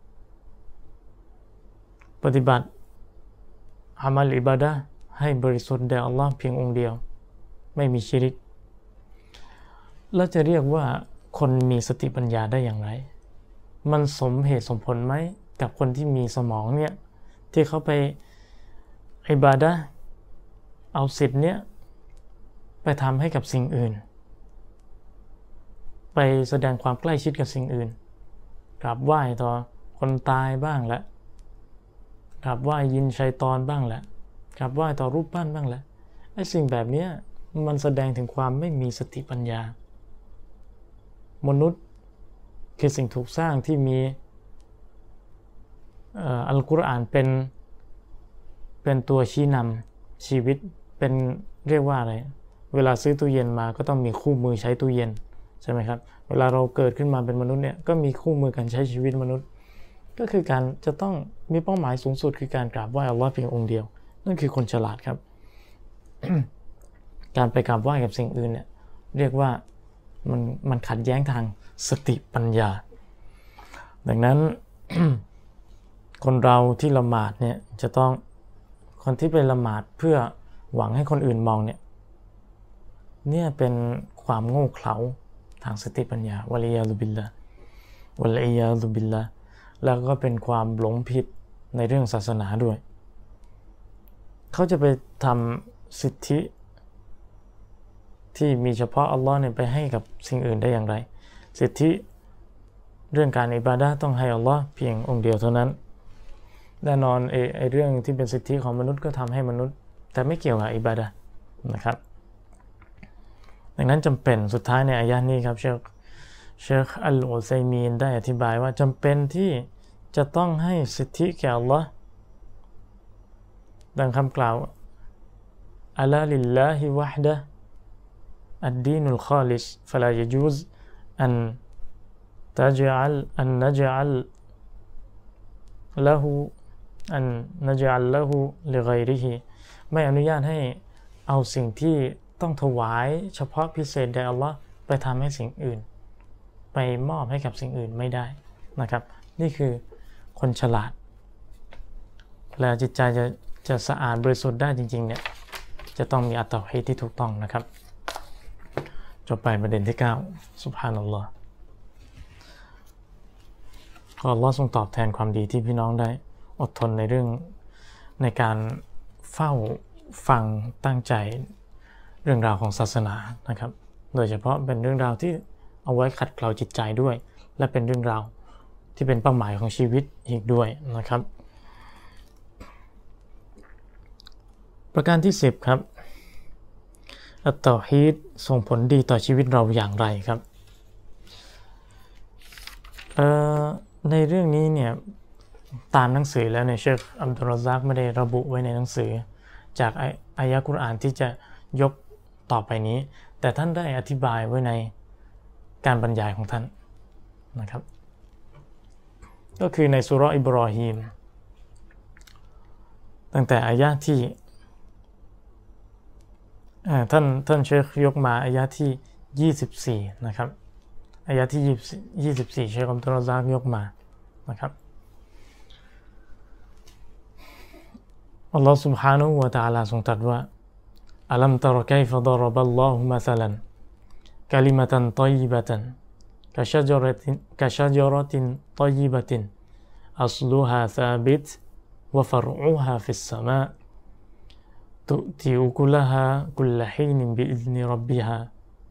ปฏิบัติอามัลอิบาดะห์ให้บริสุทธิ์แด่อัลลอฮ์เพียงองค์เดียวไม่มีชิริกแล้วจะเรียกว่าคนมีสติปัญญาได้อย่างไรมันสมเหตุสมผลไหมกับคนที่มีสมองเนี่ยที่เขาไปอิบาดะห์เอาสิทธิ์เนี่ยไปทำให้กับสิ่งอื่นไปแสดงความใกล้ชิดกับสิ่งอื่นกราบไหว้ต่อคนตายบ้างแหละกราบไหว้ยินชัยฏอนบ้างแหละกราบไหว้ต่อรูปปั้นบ้างแหละไอ้สิ่งแบบนี้มันแสดงถึงความไม่มีสติปัญญามนุษย์คือสิ่งถูกสร้างที่มีอัลกุรอานเป็นเป็นตัวชี้นำชีวิตเป็นเรียกว่าอะไรเวลาซื้อตู้เย็นมาก็ต้องมีคู่มือใช้ตู้เย็นใช่ไหมครับเวลาเราเกิดขึ้นมาเป็นมนุษย์เนี่ยก็มีคู่มือการใช้ชีวิตมนุษย์ก็คือการจะต้องมีเป้าหมายสูงสุดคือการกราบไหว้อัลลอฮ์เพียงองค์เดียวนั่นคือคนฉลาดครับ การไปกราบไหว้กับสิ่งอื่นเนี่ยเรียกว่ามันมันขัดแย้งทางสติปัญญาดังนั้น คนเราที่ละหมาดเนี่ยจะต้องคนที่ไปละหมาดเพื่อหวังให้คนอื่นมองเนี่ยเนี่ยเป็นความโง่เขลาทางสติปัญญาวะลียาซุบิลละวะลียาซุบิลละแล้วก็เป็นความหลงผิดในเรื่องศาสนาด้วยเขาจะไปทำสิทธิที่มีเฉพาะอัลลอฮ์เนี่ยไปให้กับสิ่งอื่นได้อย่างไรสิทธิเรื่องการอิบาดะห์ต้องให้อัลลอฮ์เพียงองค์เดียวเท่านั้นแน่นอนไอ้ไอ้เรื่องที่เป็นสิทธิของมนุษย์ก็ทำให้มนุษย์แต่ไม่เกี่ยวกับอิบาดะห์นะครับดังนั้นจำเป็นสุดท้ายในอายะห์นี้ครับเชคเชคอัลอุซัยมีนได้อธิบายว่าจำเป็นที่จะต้องให้สิทธิแก่อัลลอฮ์ดังคำกล่าวอัลลาลิลลาฮิวะฮดะห์อัดดีนุลคอลิสฟะลายะจูซอันตะญะอัลอันนะญะอัลละฮูอันนะญะอัลละฮูลิฆอยริฮิไม่อนุญาตให้เอาสิ่งที่ต้องถวายเฉพาะพิเศษแด่อัลลอฮ์ไปทำให้สิ่งอื่นไปมอบให้กับสิ่งอื่นไม่ได้นะครับนี่คือคนฉลาดและจิตใจจะจะสะอาดบริสุทธิ์ได้จริงๆเนี่ยจะต้องมีอัตตาฮีดที่ถูกต้องนะครับจบไปประเด็นที่เก้าซุบฮานัลลอฮ์ขออัลลอฮ์ทรงตอบแทนความดีที่พี่น้องได้อดทนในเรื่องในการเฝ้าฟังตั้งใจเรื่องราวของศาสนานะครับโดยเฉพาะเป็นเรื่องราวที่เอาไว้ขัดเกลาจิตใจด้วยและเป็นเรื่องราวที่เป็นเป้าหมายของชีวิตอีกด้วยนะครับประการที่สิบครับอัตตอฮีดส่งผลดีต่อชีวิตเราอย่างไรครับในเรื่องนี้เนี่ยตามหนังสือแล้วเนี่ยเชคอับดุลรอซักไม่ได้ระบุไว้ในหนังสือจากอายะห์กุรอานที่จะยกต่อไปนี้แต่ท่านได้อธิบายไว้ในการบรรยายของท่านนะครับก็คือในซูเราะห์อิบรอฮีมตั้งแต่อายะห์ที่ท่านท่านเชคยกมาอายะห์ที่ยี่สิบสี่นะครับอายะห์ที่ยี่สิบสี่เชคอับดุลรอซักยกมานะครับอัลลอฮฺ سبحانه และ تعالى ทรงตรัสว่าألم تر كيف ضرب الله مثلا كلمة طيبة กะชะจรตินกะชะจรตินฏอยบะตินอัศลุฮาซาบิตวะฟรอุฮาฟิสสมาตุติอุกุลฮากุลฮีนบิอิซนิร็อบบิฮา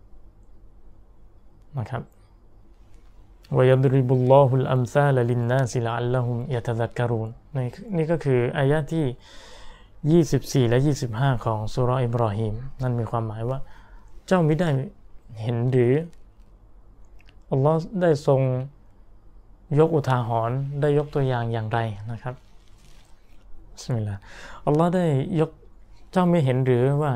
นะครับوَيَضْرِبُ اللَّهُ الْأَمْثَالَ لِلنَّاسِ لَعَلَّهُمْ يَتَذَكَّرُونَ นี่ก็คืออายะที่ยี่สิบสี่และยี่สิบห้าของซูเราะห์อิบรอฮีมนั่นมีความหมายว่าเจ้ามิได้เห็นหรืออัลลอฮ์ได้ทรงยกอุทาหรณ์ได้ยกตัวอย่างอย่างไรนะครับบิสมิลลาห์อัลลอฮ์ได้ยกเจ้าไม่เห็นหรือว่า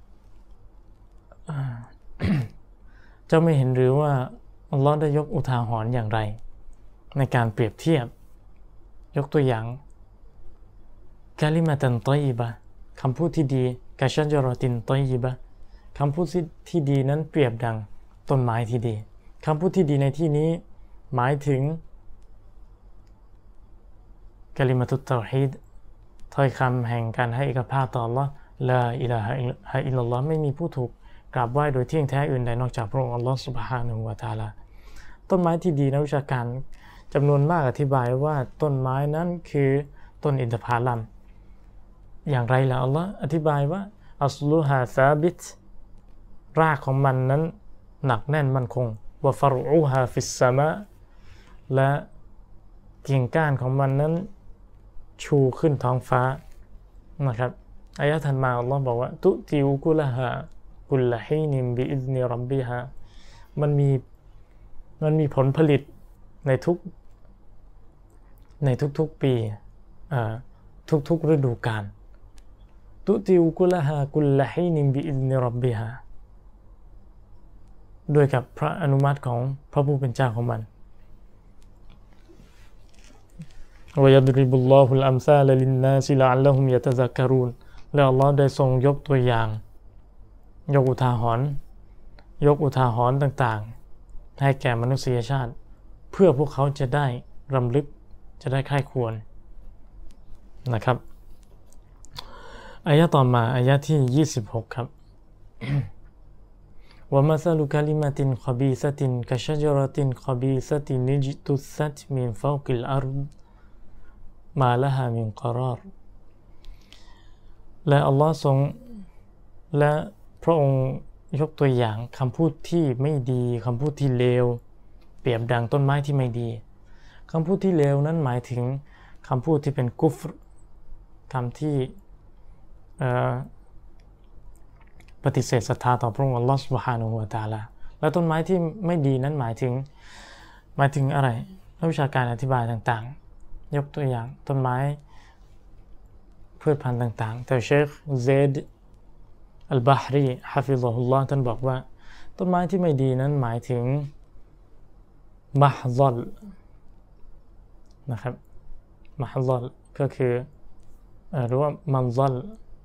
เจ้าไม่เห็นหรือว่าอัลลอฮ์ได้ยกอุทาหรณ์อย่างไรในการเปรียบเทียบยกตัวอย่างกะลิมะตันฏอยบะห์คำพูดที่ดีกะชะจรตินฏอยบะห์คำพูดที่ดีนั้นเปรียบดังต้นไม้ที่ดีคำพูดที่ดีในที่นี้หมายถึงกะลิมะตุตเตาฮีดถ้อยคำแห่งการให้เอกภาพต่ออัลเลาะห์ลาอิลาฮะอิลลัลลอฮ์ไม่มีผู้ถูกกราบไหว้โดยเที่ยงแท้อื่นใดนอกจากพระองค์อัลเลาะห์ซุบฮานะฮูวะตะอาลาต้นไม้ที่ดีนักวิชาการจำนวนมากอธิบายว่าต้นไม้นั้นคือต้นอินทผลัมอย่างไรล่ะอัลเลาะห์อธิบายว่าอัศลุฮาซาบิตรากของมันนั้นหนักแน่นมั่นคงวะฟรอุฮาฟิสสมาและกิ่งก้านของมันนั้นชูขึ้นท้องฟ้านะครับอายะห์ถัดมาอัลเลาะห์บอกว่าตุติอุกุลฮากุลฮีนิมบิอิซนิร็อบบิฮามันมีมันมีผลผลิตในทุกในทุกๆปีอ่าทุกๆฤดูกาลตุติอุกุลฮากุลฮีนิมบิอิซนิร็อบบิฮาด้วยกับพระอนุมัติของพระผู้เป็นเจ้าของมันوَيَضْرِبُ اللَّهُ الْأَمْثَالَ لِلنَّاسِ لَعَلَّهُمْ يَتَذَكَّرُونَ และอัลเลาะห์ได้ทรงยกตัวอย่างยกอุทาหรณ์ยกอุทาหรณ์ต่างๆให้แก่มนุษยชาติเพื่อพวกเขาจะได้รำลึกจะได้ใคร่ควรนะครับอายะห์ต่อมาอายะห์ที่ยี่สิบหกครับ وَمَثَلُ كَلِمَةٍ خَبِيثَةٍ كَشَجَرَةٍ خَبِيثَةٍ اجْتُثَّتْ مِنْ فَوْقِ الْأَرْضِ مَا لَهَا مِنْ قَرَارٍ และอัลลอฮ์ทรงและพระองค์ยกตัวอย่างคำพูดที่ไม่ดีคำพูดที่เลวเปรียบดังต้นไม้ที่ไม่ดีคำพูดที่เลวนั้นหมายถึงคำพูดที่เป็นกุฟรคำที่ปฏิเสธศรัทธาต่อพระองค์อัลลอฮฺซุบฮานะฮูวะตะอาลาและต้นไม้ที่ไม่ดีนั้นหมายถึงหมายถึงอะไรนักวิชาการอธิบายต่างๆยกตัวอย่างต้นไม้พืชพันธุ์ต่างๆแต่เชคเซดอัลบาฮรีฮะฟิซะฮุลลอฮ์ท่านบอกว่าต้นไม้ที่ไม่ดีนั้นหมายถึงมะฮซอลนะครับมะฮซอลก็คือหรือว่ามันซอล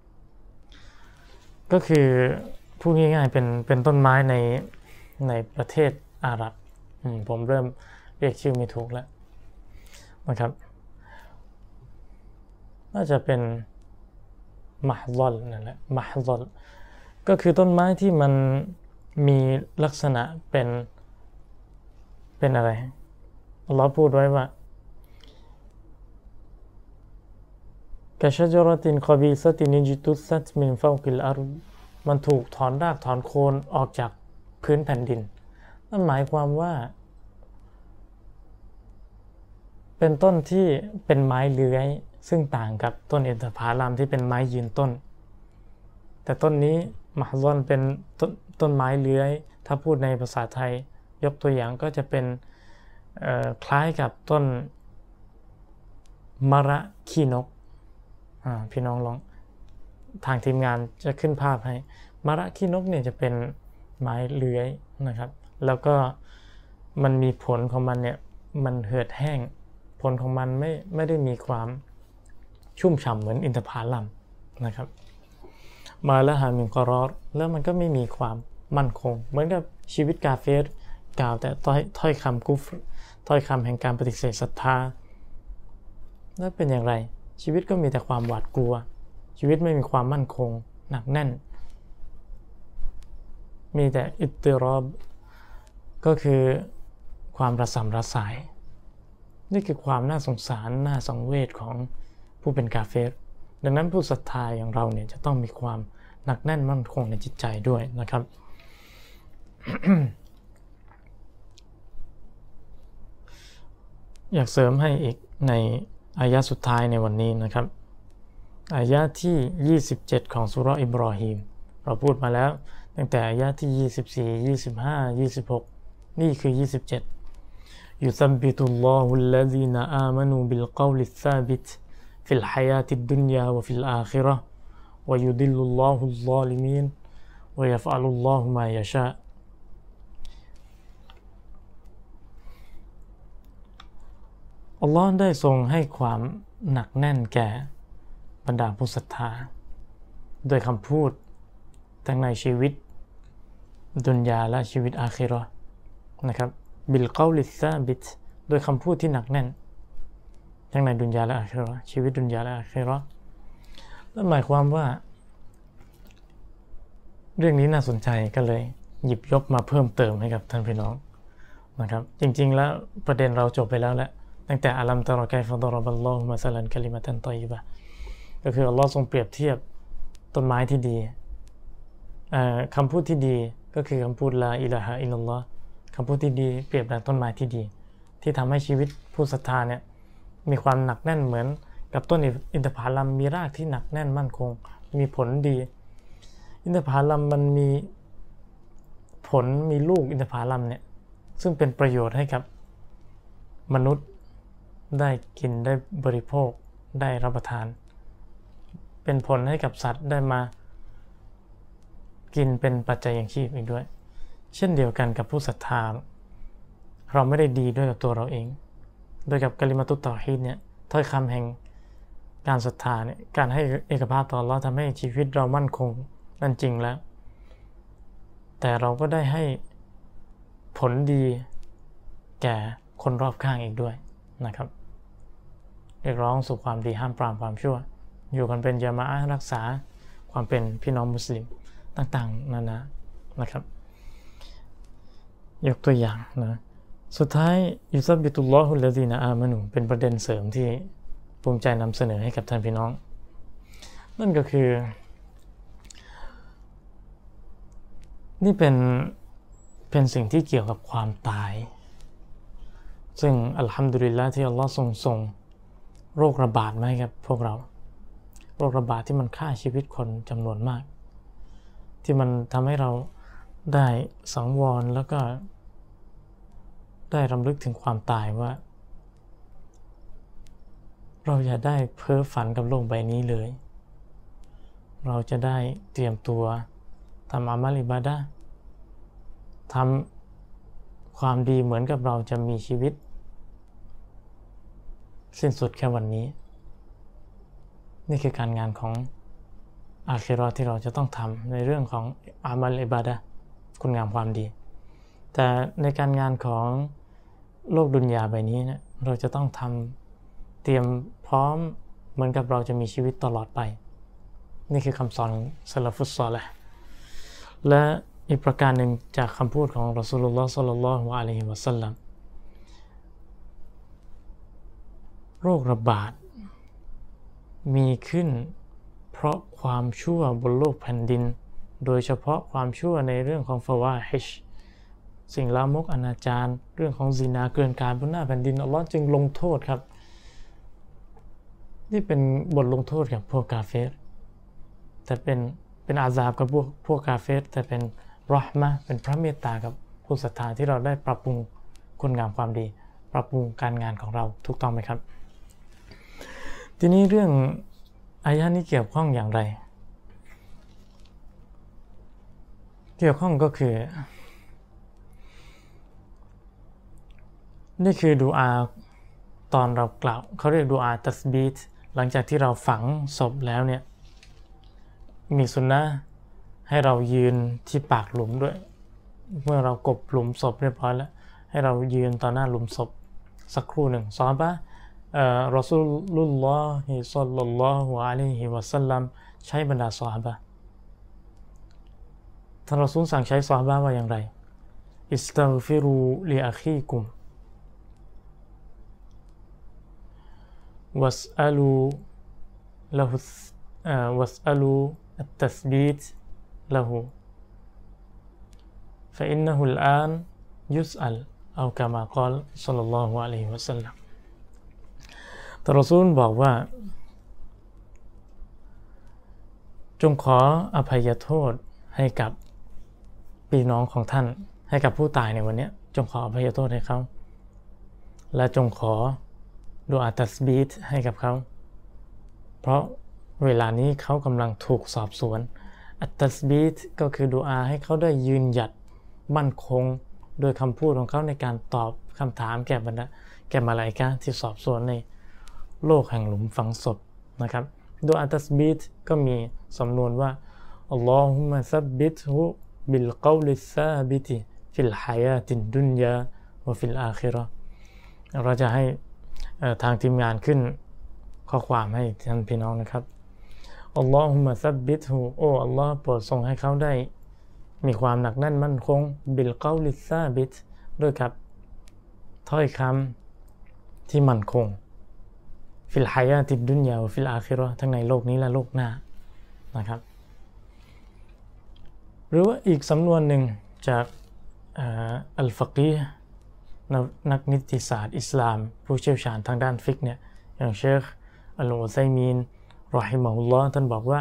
ก็คือพูดง่ายๆเป็นเป็นต้นไม้ในในประเทศอาหรับผมเริ่มเรียกชื่อไม่ถูกแล้วนะครับน่าจะเป็นมะฮซอลนั่นแหละมะฮซอลก็คือต้นไม้ที่มันมีลักษณะเป็นเป็นอะไรอัลเลาะห์พูดไว้ว่ากะชะจรตินคอบีซะตินิจิตุซัตมินฟาวกิลอาร์มันถูกถอนรากถอนโคนออกจากพื้นแผ่นดินนั่นหมายความว่าเป็นต้นที่เป็นไม้เลื้อยซึ่งต่างกับต้นอินทผลัมที่เป็นไม้ยืนต้นแต่ต้นนี้มะฮซอนเป็นต้นต้นไม้เลื้อยถ้าพูดในภาษาไทยยกตัวอย่างก็จะเป็นคล้ายกับต้นมะระขี้นกพี่น้องลองทางทีมงานจะขึ้นภาพให้มะระขี้นกเนี่ยจะเป็นไม้เลื้อยนะครับแล้วก็มันมีผลของมันเนี่ยมันเหือดแห้งผลของมันไม่ไม่ได้มีความชุ่มฉ่ำเหมือนอินทผลัมนะครับมาละฮามินกอรอรแล้วมันก็ไม่มีความมั่นคงเหมือนกับชีวิตกาเฟรกล่าวแต่ถ้อยถ้อยคำกุฟรถ้อยคำแห่งการปฏิเสธศรัทธาแล้วเป็นอย่างไรชีวิตก็มีแต่ความหวาดกลัวชีวิตไม่มีความมั่นคงหนักแน่นมีแต่อิตติรอบก็คือความระสำระสายนี่คือความน่าสงสารน่าสังเวชของผู้เป็นกาเฟรดังนั้นผู้ศรัทธาอย่างเราเนี่ยจะต้องมีความหนักแน่นมั่นคงในจิตใจด้วยนะครับ อยากเสริมให้อีกในอายะสุดท้ายในวันนี้นะครับอายะที่ยี่สิบเจ็ดของซูเราะห์อิบรอฮีมเราพูดมาแล้วตั้งแต่อายะที่ยี่สิบสี่ ยี่สิบห้า ยี่สิบหกนี่คือยี่สิบเจ็ดยุซับบิตุลลอฮุลลซีนอามานูบิลกอลิซซาบิตฟิลฮายาติดดุนยาวะฟิลอาคิเราะห์วะยุดิลลุลลอฮุซซอลิมีนวะยัฟอะลุลลอฮุมายะชาอัลลอฮ์ได้ทรงให้ความหนักแน่นแก่บรรดาผู้ศรัทธาโดยคำพูดทั้งในชีวิตดุนยาและชีวิตอาคิเราะห์นะครับบิลกอลิซซาบิตโดยคำพูดที่หนักแน่นทั้งในดุนยาและอาคิเราะห์ชีวิตดุนยาและอาคิเราะห์นั่นหมายความว่าเรื่องนี้น่าสนใจก็เลยหยิบยกมาเพิ่มเติมให้กับท่านพี่น้องนะครับจริงๆแล้วประเด็นเราจบไปแล้วแหละตั้งแต่อัลัมตะรอไกฟะฎอรบัลลอฮุมะซะลันกะลิมะตันฏอยยิบะห์ก็คืออัลเลาะห์ทรงเปรียบเทียบต้นไม้ที่ดีคำพูดที่ดีก็คือคำพูดลาอิลาฮะอิลลัลลอฮ์คำพูดที่ดีเปรียบดังต้นไม้ที่ดีที่ทำให้ชีวิตผู้ศรัทธาเนี่ยมีความหนักแน่นเหมือนกับต้นอินทผลัมมีรากที่หนักแน่นมั่นคงมีผลดีอินทผลัมมันมีผลมีลูกอินทผลัมเนี่ยซึ่งเป็นประโยชน์ให้กับมนุษย์ได้กินได้บริโภคได้รับประทานเป็นผลให้กับสัตว์ได้มากินเป็นปัจจัยยังชีพอีกด้วยเช่นเดียวกันกับผู้ศรัทธาเราไม่ได้ดีด้วยกับตัวเราเองโดยกับกะลิมะตุตตอฮีดเนี่ยถ้อยคำแห่งการศรัทธาเนี่ยการให้เอกภาพต่ออัลเลาะห์ทำให้ชีวิตเรามั่นคงนั่นจริงแล้วแต่เราก็ได้ให้ผลดีแก่คนรอบข้างอีกด้วยนะครับเรียกร้องสู่ความดีห้ามปรามความชั่วอยู่กันเป็นญะมาอะห์รักษาความเป็นพี่น้องมุสลิมต่างๆนานานะครับยกตัวอย่างนะสุดท้ายยุซับบิตุลลอฮุลลซีนอามานูเป็นประเด็นเสริมที่ภูมิใจนำเสนอให้กับท่านพี่น้องนั่นก็คือนี่เป็นเป็นสิ่งที่เกี่ยวกับความตายซึ่งอัลฮัมดุลิลละห์ที่อัลลอฮ์ทรงส่งโรคระบาดมาให้กับพวกเราโรคระบาดที่มันฆ่าชีวิตคนจำนวนมากที่มันทำให้เราได้สังวรแล้วก็ได้รำลึกถึงความตายว่าเราอย่าได้เพ้อฝันกับโลกใบนี้เลยเราจะได้เตรียมตัวทำอามัลอิบาดะห์ทำความดีเหมือนกับเราจะมีชีวิตสิ้นสุดแค่วันนี้นี่คือการงานของอาคิเราะห์ที่เราจะต้องทำในเรื่องของอามัลอิบาดะห์คุณงามความดีแต่ในการงานของโลกดุนยาใบนี้เนี่ยเราจะต้องทำเตรียมพร้อมเหมือนกับเราจะมีชีวิตตลอดไปนี่คือคำสอนของซะลาฟุสซอลิห์และอีกประการหนึ่งจากคำพูดของรอซูลุลลอฮ์ ศ็อลลัลลอฮุอะลัยฮิวะซัลลัมโรคระบาดมีขึ้นเพราะความชั่วบนโลกแผ่นดินโดยเฉพาะความชั่วในเรื่องของฟาวาฮิชสิ่งลามกอนาจารเรื่องของซินาเกินการบนหน้าแผ่นดินอัลเลาะห์จึงลงโทษครับนี่เป็นบทลงโทษกับพวกกาเฟรแต่เป็นเป็นอาซาบกับพวกพวกกาเฟรแต่เป็นเราะห์มะห์เป็นพระเมตตากับผู้ศรัทธาที่เราได้ปรับปรุงคุณงามความดีปรับปรุงการงานของเราถูกต้องไหมครับทีนี้เรื่องอายะนี้เกี่ยวข้องอย่างไรเกี่ยวข้องก็คือนี่คือดุอาตอนเรากล่าวเขาเรียกดุอาตัสบีตหลังจากที่เราฝังศพแล้วเนี่ยมีสุนนะให้เรายืนที่ปากหลุมด้วยเมื่อเรากบหลุมศพเรียบร้อยแล้วให้เรายืนต่อหน้าหลุมศพสักครู่หนึ่งซอฮาบะห์เอ่อรอซูลุลลอฮิ ศ็อลลัลลอฮุอะลัยฮิวะซัลลัมใช้บรรดาซอฮาบะห์ท่านรอซูลสั่งใช้ซอฮาบะห์ว่าอย่างไรอิสตัฆฟิรูลิอะคีกุมวัสอัลูละหุวัสอัลูอัตตัสบีตละหูفإنه الآن يسأل أو كما قال صلى الله عليه وسلم แต่รอซูลบอกว่าจงขออภัยโทษให้กับพี่น้องของท่านให้กับผู้ตายในวันนี้จงขออภัยโทษให้เขาและจงขอดุอาตัสบีตให้กับเขาเพราะเวลานี้เขากำลังถูกสอบสวนอัตตัสบีตก็คือดุอาให้เขาได้ยืนหยัดมั่นคงโดยคำพูดของเขาในการตอบคำถามแก่บรรดาแก่มาลาอิกะห์ที่สอบสวนในโลกแห่งหลุมฝังศพนะครับดุอาตัสบีตก็มีสำนวนว่าอัลลอฮุมะซับบิตฮุบิลกอลิซาบิติฟิลฮายาติดดุนยาวะฟิลอาคิเราะห์เราจะให้ทางทีมงานขึ้นข้อความให้ท่านพี่น้องนะครับอัลลอฮุมะซับบิตฮุโอ้อัลลอฮ์โปรดทรงให้เขาได้มีความหนักแน่นมั่นคงบิลกอลิซาบิตด้วยกับถ้อยคำที่มั่นคงฟิลฮายาติดดุนยาวะฟิลอาคิเราะห์ทั้งในโลกนี้และโลกหน้านะครับหรือว่าอีกสำนวนหนึ่งจากอัลฟักีฮ์นักนิติศาสตร์อิสลามผู้เชี่ยวชาญทางด้านฟิกเนี่ยอย่างเชคอัลอุซัยมีนรอฮิมะฮุลลอฮ์ท่านบอกว่า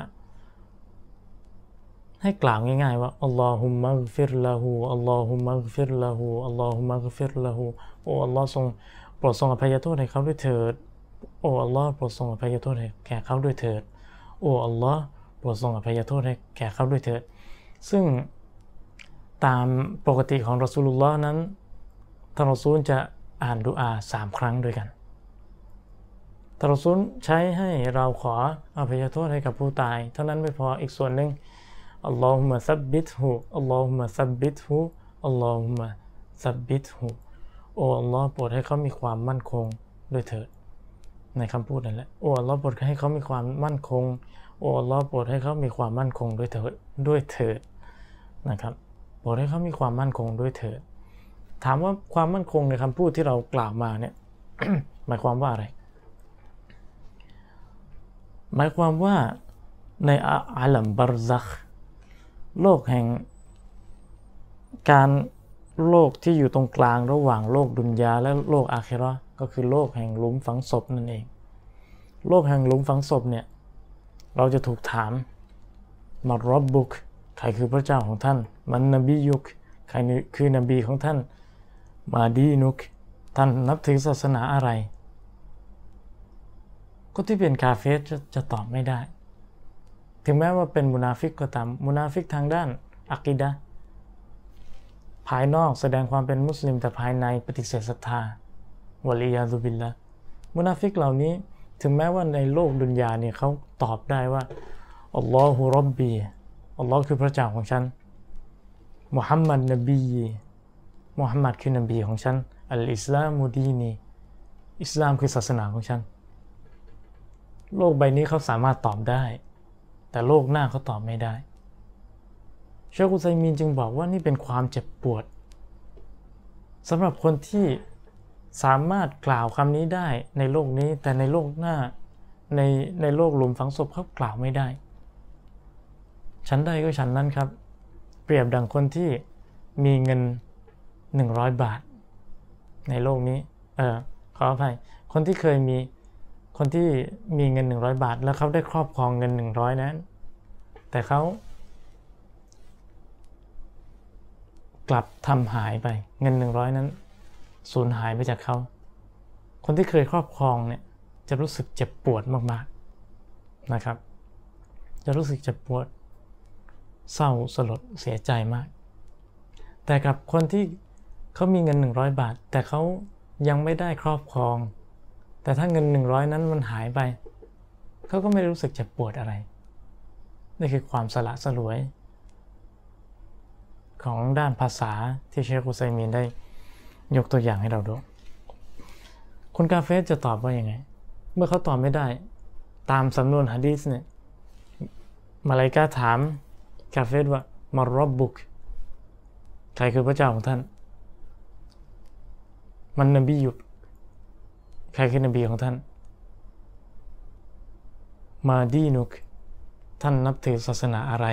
ให้กล่าวง่ายๆว่าอัลลอฮุมะฆฟิรละฮูอัลลอฮุมะฆฟิรละฮูอัลลอฮุมะฆฟิรละฮูโอ้อัลลอฮ์ทรงโปรดทรงอภัยโทษให้เขาด้วยเถิดโอ้อัลลอฮ์โปรดทรงอภัยโทษให้แก่เขาด้วยเถิดโอ้อัลลอฮ์โปรดทรงอภัยโทษให้แก่เขาด้วยเถิดซึ่งตามปกติของรอซูลุลลอฮ์นั้นท่านรอซูลจะอ่านดุอาสามครั้งด้วยกันท่านรอซูลใช้ให้เราขออภัยโทษให้กับผู้ตายเท่านั้นไม่พออีกส่วนหนึ่งอัลลอฮุมะซับบิตฮุอัลลอฮุมะซับบิตฮุอัลลอฮุมะซับบิตฮุโอ้อัลลอฮ์โปรดให้เขามีความมั่นคงด้วยเถิดในคำพูดนั่นแหละโอ้อัลลอฮ์โปรดให้เขามีความมั่นคงโอ้อัลลอฮ์โปรดให้เขามีความมั่นคงด้วยเถิดด้วยเถิดนะครับโปรดให้เขามีความมั่นคงด้วยเถิดถามว่าความมั่นคงในคำพูดที่เรากล่าวมาเนี่ย หมายความว่าอะไรหมายความว่าในอาลัมบารซักโลกแห่งการโลกที่อยู่ตรงกลางระหว่างโลกดุนยาและโลกอาคิเราะห์ก็คือโลกแห่งหลุมฝังศพนั่นเองโลกแห่งหลุมฝังศพเนี่ยเราจะถูกถามมารอบบุกใครคือพระเจ้าของท่านมันนบียุกใครคือนบีของท่านมาดีนุกท่านนับถือศาสนาอะไรก็ที่เป็นกาเฟรจะจะตอบไม่ได้ถึงแม้ว่าเป็นมุนาฟิกก็ตามมุนาฟิกทางด้านอะกีดะห์ภายนอกแสดงความเป็นมุสลิมแต่ภายในปฏิเสธศรัทธาวะลียาซุบิลละมุนาฟิกเหล่านี้ถึงแม้ว่าในโลกดุนยาเนี่ยเขาตอบได้ว่าอัลลอฮุร็อบบีอัลลอฮ์คือพระเจ้าของฉันมุฮัมมัดนบีมุฮัมมัดคือนบีของฉันอัลอิสลามุดีนีอิสลามคือศาสนาของฉันโลกใบนี้เขาสามารถตอบได้แต่โลกหน้าเขาตอบไม่ได้เชคอุซัยมีนจึงบอกว่านี่เป็นความเจ็บปวดสำหรับคนที่สามารถกล่าวคำนี้ได้ในโลกนี้แต่ในโลกหน้าในในโลกหลุมฝังศพเขากล่าวไม่ได้ฉันใดก็ฉันนั้นครับเปรียบดังคนที่มีเงินหนึ่งร้อยบาทในโลกนี้เออขออภัยคนที่เคยมีคนที่มีเงินหนึ่งร้อยบาทแล้วเขาได้ครอบครองเงินหนึ่งร้อยนั้นแต่เขากลับทำหายไปเงินหนึ่งร้อยนั้นสูญหายไปจากเขาคนที่เคยครอบครองเนี่ยจะรู้สึกเจ็บปวดมากๆนะครับจะรู้สึกเจ็บปวดเศร้าสลดเสียใจมากแต่กับคนที่เขามีเงินหนึ่งร้อยบาทแต่เขายังไม่ได้ครอบครองแต่ถ้าเงินหนึ่งร้อยนั้นมันหายไปเขาก็ไม่รู้สึกเจ็บปวดอะไรนี่คือความสละสลวยของด้านภาษาที่เชคอุซัยมีนได้ยกตัวอย่างให้เราดูคนกาเฟรจะตอบว่ายังไงเมื่อเขาตอบไม่ได้ตามสำนวนหะดีษเนี่ยมาลาอิกะฮ์ถามกาเฟรว่ามารอบบุกใครคือพระเจ้าของท่านมันนบียุกใครคือนบีของท่านมาดีนุกท่านนับถือศาสนาอะไร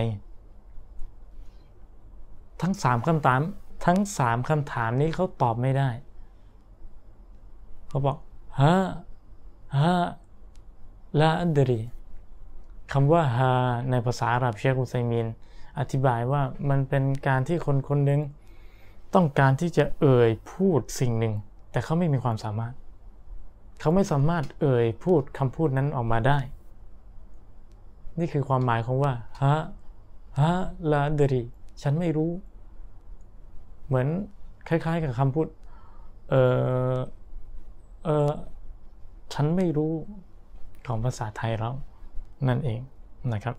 ทั้งสามคำถามทั้งสามคำถามนี้เขาตอบไม่ได้เขาบอกฮะฮะลาอัดรีคำว่าฮาในภาษาอาหรับเชคอุซัยมีนอธิบายว่ามันเป็นการที่คนคนหนึ่งต้องการที่จะเอ่ยพูดสิ่งหนึ่งแต่เขาไม่มีความสามารถเขาไม่สามารถเอ่ยพูดคำพูดนั้นออกมาได้นี่คือความหมายของว่าฮะฮะลาอัดรีฉันไม่รู้เหมือนคล้ายๆกับคำพูดเออเออฉันไม่รู้ของภาษาไทยเรานั่นเองนะครับ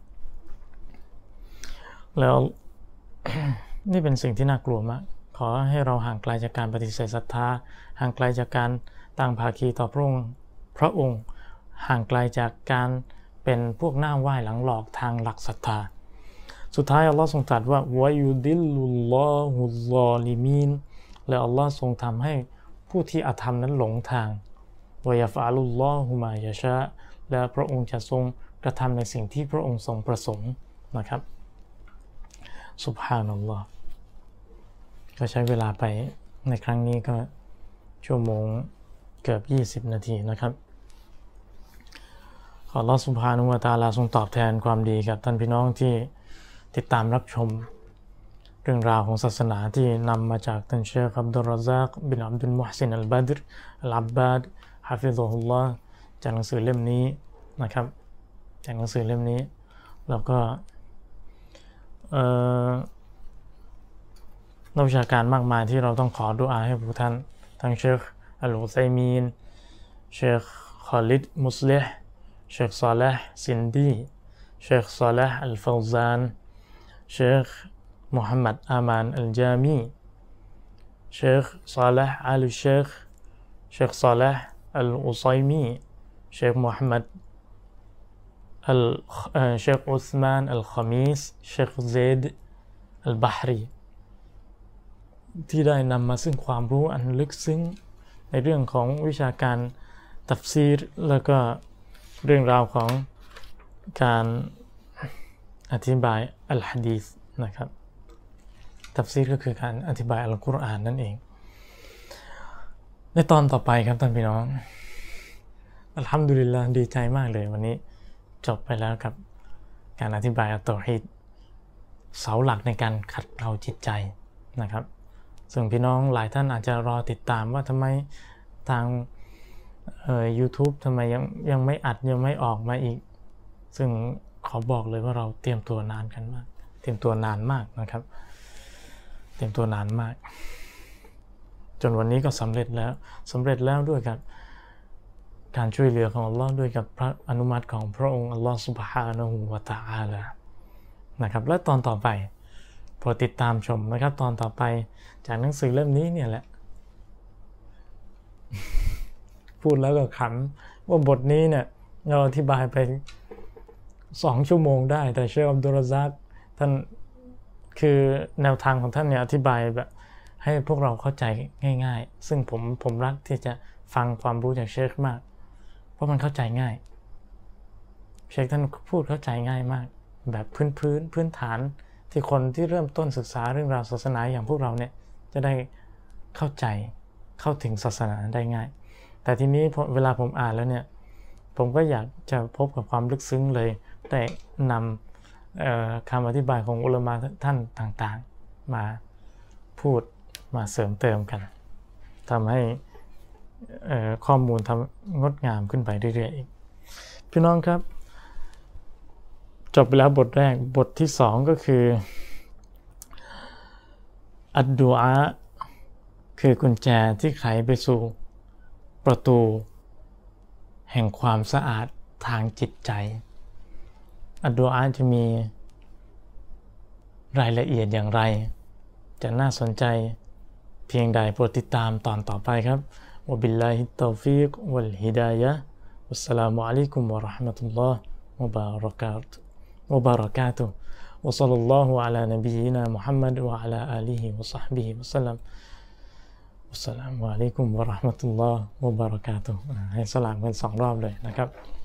แล้ว นี่เป็นสิ่งที่น่ากลัวมากขอให้เราห่างไกลจากการปฏิเสธศรัทธาห่างไกลจากการตั้งภาคีต่อพระองค์พระองค์ห่างไกลจากการเป็นพวกหน้าไหว้หลังหลอกทางหลักศรัทธาสุดท้ายอัลลอฮ์ทรงตรัสว่าวะยุดิลลุลลอฮุซอลิมีนและอัลลอฮ์ทรงทำให้ผู้ที่อาธรรมนั้นหลงทางวะยะฟะลุลลอฮุมายะชาและพระองค์จะทรงกระทำในสิ่งที่พระองค์ทรงประสงค์นะครับซุบฮานัลลอฮ์ก็ใช้เวลาไปในครั้งนี้ก็ชั่วโมงเกือบยี่สิบนาทีนะครับขออัลลอฮ์ซุบฮานะฮูวะตะอาลาทรงตอบแทนความดีกับท่านพี่น้องที่ติดตามรับชมเรื่องราวของศาสนาที่นำมาจากท่านเชคอับดุลรอซากบินอับดุลมุฮซินอัลบาดรอัลอับบาดฮะฟิซุฮุลลอฮ์จากหนังสือเล่มนี้นะครับจากหนังสือเล่มนี้แล้วก็นักวิชาการมากมายที่เราต้องขอดุอาให้พวกท่านทั้งเชคอัลอุซัยมีนเชคคอลิดมุสลิห์เชคซอเลห์ซินดีเชคซอเลห์อัลฟาวซานเชคมุฮัมมัดอามานอัลจามีเชคซอเลห์อัลเชคเชคซอเลห์อัลอุซัยมีเชคมุฮัมมัดเชคอุสมานอัลคามีสเชคเซดอัลบาฮรีที่ได้นำมาซึ่งความรู้อันลึกซึ้งในเรื่องของวิชาการตัฟซีรแล้วก็เรื่องราวของการอธิบายอัลฮะดีษนะครับตัฟซีรก็คือการอธิบายอัลกุรอานนั่นเองในตอนต่อไปครับท่านพี่น้องอัลฮัมดุลิลลาห์ดีใจมากเลยวันนี้จบไปแล้วกับการอธิบายอัตตอฮีดเสาหลักในการขัดเกลาจิตใจนะครับซึ่งพี่น้องหลายท่านอาจจะรอติดตามว่าทำไมทางเอ่อ YouTube ทำไมยังยังไม่อัดยังไม่ออกมาอีกซึ่งขอบอกเลยว่าเราเตรียมตัวนานกันมากเตรียมตัวนานมากนะครับเตรียมตัวนานมากจนวันนี้ก็สำเร็จแล้วสำเร็จแล้วด้วยกับการช่วยเหลือของอัลลอฮ์ด้วยกับพระอนุมัติของพระองค์อัลลอฮ์ซุบฮานะฮูวะตะอาลานะครับและตอนต่อไปโปรดติดตามชมนะครับตอนต่อไปจากหนังสือเล่มนี้เนี่ยแหละพูดแล้วก็ขำว่าบทนี้เนี่ยเราอธิบายไปสองชั่วโมงได้แต่เชคอับดุลรอซากท่านคือแนวทางของท่านเนี่ยอธิบายแบบให้พวกเราเข้าใจง่ายๆซึ่งผมผมรักที่จะฟังความรู้จากเชคมากเพราะมันเข้าใจง่ายเชคท่านพูดเข้าใจง่ายมากแบบพื้นพื้นพื้นฐานที่คนที่เริ่มต้นศึกษาเรื่องราวศาสนาอย่างพวกเราเนี่ยจะได้เข้าใจเข้าถึงศาสนาได้ง่ายแต่ทีนี้เวลาผมอ่านแล้วเนี่ยผมก็อยากจะพบกับความลึกซึ้งเลยแต่นำคำอธิบายของอุลามะท่านต่างๆมาพูดมาเสริมเติมกันทำให้ข้อมูลทำงดงามขึ้นไปเรื่อยๆอีกพี่น้องครับจบไปแล้วบทแรกบทที่สองก็คืออัดดุอาคือกุญแจที่ไขไปสู่ประตูแห่งความสะอาดทางจิตใจอัดดุอาจะมีรายละเอียดอย่างไรจะน่าสนใจเพียงใดโปรดติดตามตอนต่อไปครับวะบิลลาฮิตตอฟีกวัลฮิดายะฮ์วัสสลามุอะลัยกุมวะเราะห์มะตุลลอฮ์วะบารอกาตุฮ์วะบารากาตุฮ์วะศ็อลลัลลอฮุอะลานบีนามุฮัมมัดวะอะลาอาลิฮิวะศ็อฮบิฮิวะซัลลัมอัสสลามุอะลัยกุมวะเราะห์มะตุลลอฮ์วะบารากาตุฮ์ให้สลามกันสองรอบเลยนะครับ